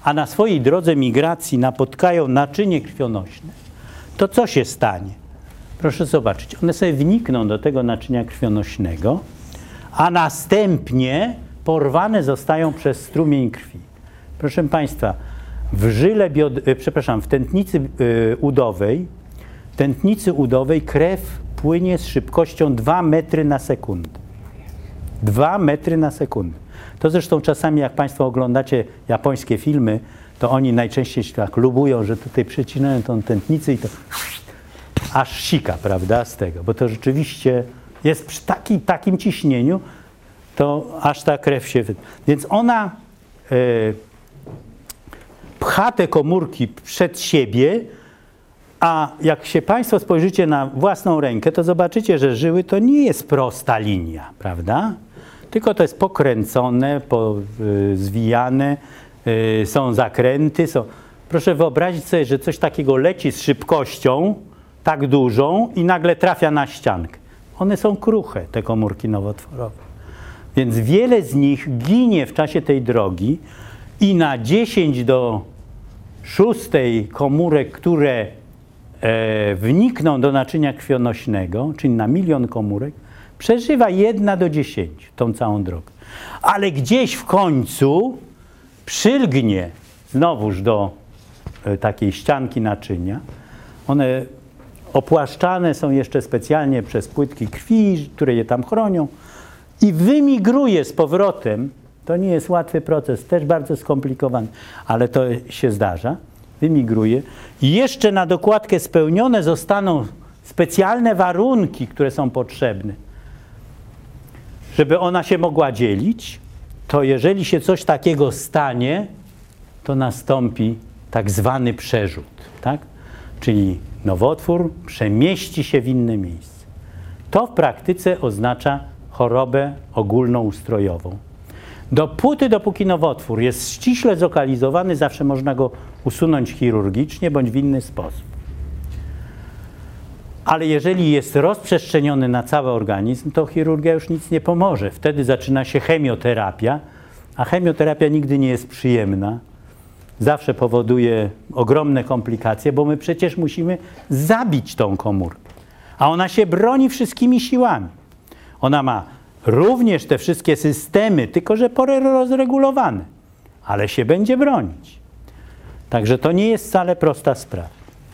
a na swojej drodze migracji napotkają naczynie krwionośne, to co się stanie? Proszę zobaczyć, one sobie wnikną do tego naczynia krwionośnego, a następnie porwane zostają przez strumień krwi. Proszę Państwa, w żyle biod- przepraszam, w tętnicy y, udowej, w tętnicy udowej krew płynie z szybkością dwa metry na sekundę. dwa metry na sekundę. To zresztą czasami, jak Państwo oglądacie japońskie filmy, to oni najczęściej się tak lubują, że tutaj przecinają tą tętnicę i to aż sika, prawda, z tego, bo to rzeczywiście jest przy taki, takim ciśnieniu, to aż ta krew się... Wy... Więc ona e, pcha te komórki przed siebie, a jak się Państwo spojrzycie na własną rękę, to zobaczycie, że żyły to nie jest prosta linia, prawda? Tylko to jest pokręcone, po, y, zwijane, y, są zakręty. Są... Proszę wyobrazić sobie, że coś takiego leci z szybkością tak dużą i nagle trafia na ściankę. One są kruche, te komórki nowotworowe. Więc wiele z nich ginie w czasie tej drogi i na dziesięć do szóstej komórek, które e, wnikną do naczynia krwionośnego, czyli na milion komórek, przeżywa jedna do dziesięciu tą całą drogę. Ale gdzieś w końcu przylgnie znowuż do e, takiej ścianki naczynia. One opłaszczane są jeszcze specjalnie przez płytki krwi, które je tam chronią i wymigruje z powrotem. To nie jest łatwy proces, też bardzo skomplikowany, ale to się zdarza. Wymigruje i jeszcze na dokładkę spełnione zostaną specjalne warunki, które są potrzebne, żeby ona się mogła dzielić. To jeżeli się coś takiego stanie, to nastąpi tak zwany przerzut, tak? Czyli nowotwór przemieści się w inne miejsce. To w praktyce oznacza chorobę ogólnoustrojową. Dopóty, dopóki nowotwór jest ściśle zlokalizowany, zawsze można go usunąć chirurgicznie bądź w inny sposób. Ale jeżeli jest rozprzestrzeniony na cały organizm, to chirurgia już nic nie pomoże. Wtedy zaczyna się chemioterapia, a chemioterapia nigdy nie jest przyjemna. Zawsze powoduje ogromne komplikacje, bo my przecież musimy zabić tą komórkę. A ona się broni wszystkimi siłami. Ona ma również te wszystkie systemy, tylko że porozregulowane, ale się będzie bronić. Także to nie jest wcale prosta sprawa.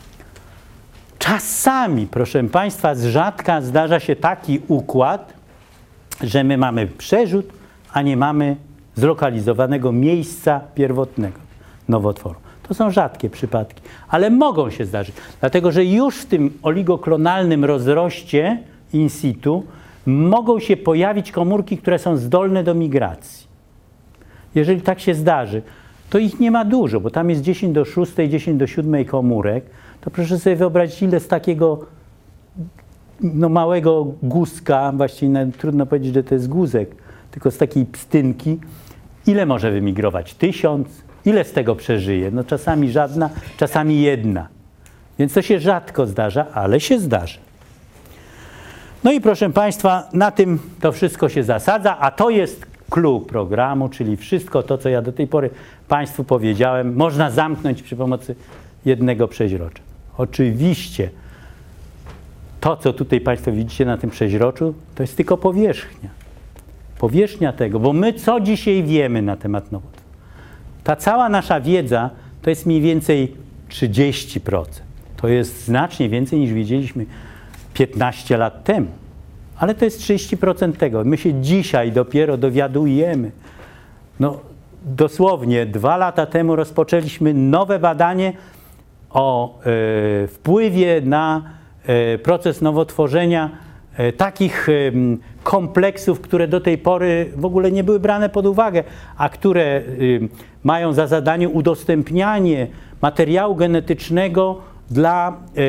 Czasami, proszę Państwa, z rzadka zdarza się taki układ, że my mamy przerzut, a nie mamy zlokalizowanego miejsca pierwotnego nowotworu. To są rzadkie przypadki, ale mogą się zdarzyć, dlatego że już w tym oligoklonalnym rozroście in situ mogą się pojawić komórki, które są zdolne do migracji. Jeżeli tak się zdarzy, to ich nie ma dużo, bo tam jest dziesięć do szóstej, dziesięć do siódmej komórek, to proszę sobie wyobrazić, ile z takiego no, małego guzka, właściwie nawet trudno powiedzieć, że to jest guzek, tylko z takiej pstynki, ile może wymigrować? Tysiąc? Ile z tego przeżyje? No czasami żadna, czasami jedna. Więc to się rzadko zdarza, ale się zdarza. No i proszę Państwa, na tym to wszystko się zasadza, a to jest clou programu, czyli wszystko to, co ja do tej pory Państwu powiedziałem, można zamknąć przy pomocy jednego przeźrocza. Oczywiście to, co tutaj Państwo widzicie na tym przeźroczu, to jest tylko powierzchnia. Powierzchnia tego, bo my co dzisiaj wiemy na temat nowotworu? Ta cała nasza wiedza to jest mniej więcej trzydzieści procent. To jest znacznie więcej niż wiedzieliśmy piętnaście lat temu. Ale to jest trzydzieści procent tego. My się dzisiaj dopiero dowiadujemy. No, dosłownie dwa lata temu rozpoczęliśmy nowe badanie o e, wpływie na e, proces nowotworzenia e, takich e, kompleksów, które do tej pory w ogóle nie były brane pod uwagę, a które e, mają za zadanie udostępnianie materiału genetycznego dla e,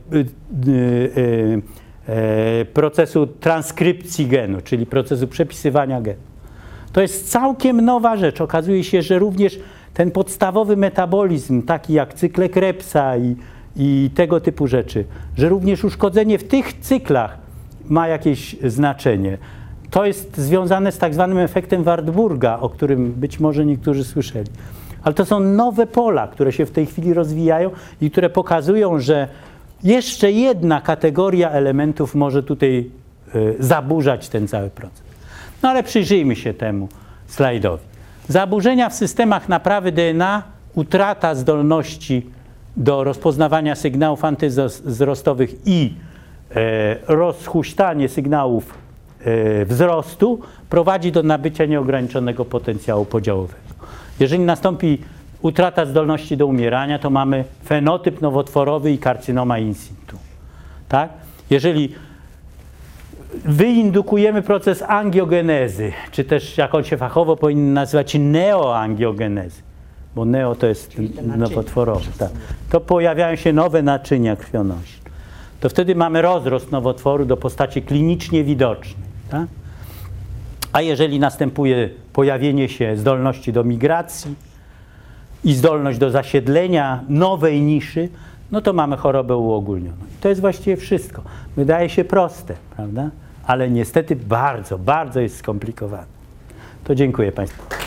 e, e, procesu transkrypcji genu, czyli procesu przepisywania genu. To jest całkiem nowa rzecz. Okazuje się, że również ten podstawowy metabolizm, taki jak cykle Krebsa i, i tego typu rzeczy, że również uszkodzenie w tych cyklach ma jakieś znaczenie. To jest związane z tak zwanym efektem Wartburga, o którym być może niektórzy słyszeli. Ale to są nowe pola, które się w tej chwili rozwijają i które pokazują, że jeszcze jedna kategoria elementów może tutaj y, zaburzać ten cały proces. No ale przyjrzyjmy się temu slajdowi. Zaburzenia w systemach naprawy D N A, utrata zdolności do rozpoznawania sygnałów antywzrostowych i e, rozhuśtanie sygnałów e, wzrostu prowadzi do nabycia nieograniczonego potencjału podziałowego. Jeżeli nastąpi utrata zdolności do umierania, to mamy fenotyp nowotworowy i karcynoma in situ. Tak? Jeżeli wyindukujemy proces angiogenezy, czy też jak on się fachowo powinien nazywać neoangiogenezy, bo neo to jest nowotworowy, tak, to pojawiają się nowe naczynia krwionośne. To wtedy mamy rozrost nowotworu do postaci klinicznie widocznej. Tak? A jeżeli następuje pojawienie się zdolności do migracji i zdolność do zasiedlenia nowej niszy, no to mamy chorobę uogólnioną. I to jest właściwie wszystko. Wydaje się proste, prawda? Ale niestety bardzo, bardzo jest skomplikowane. To dziękuję Państwu.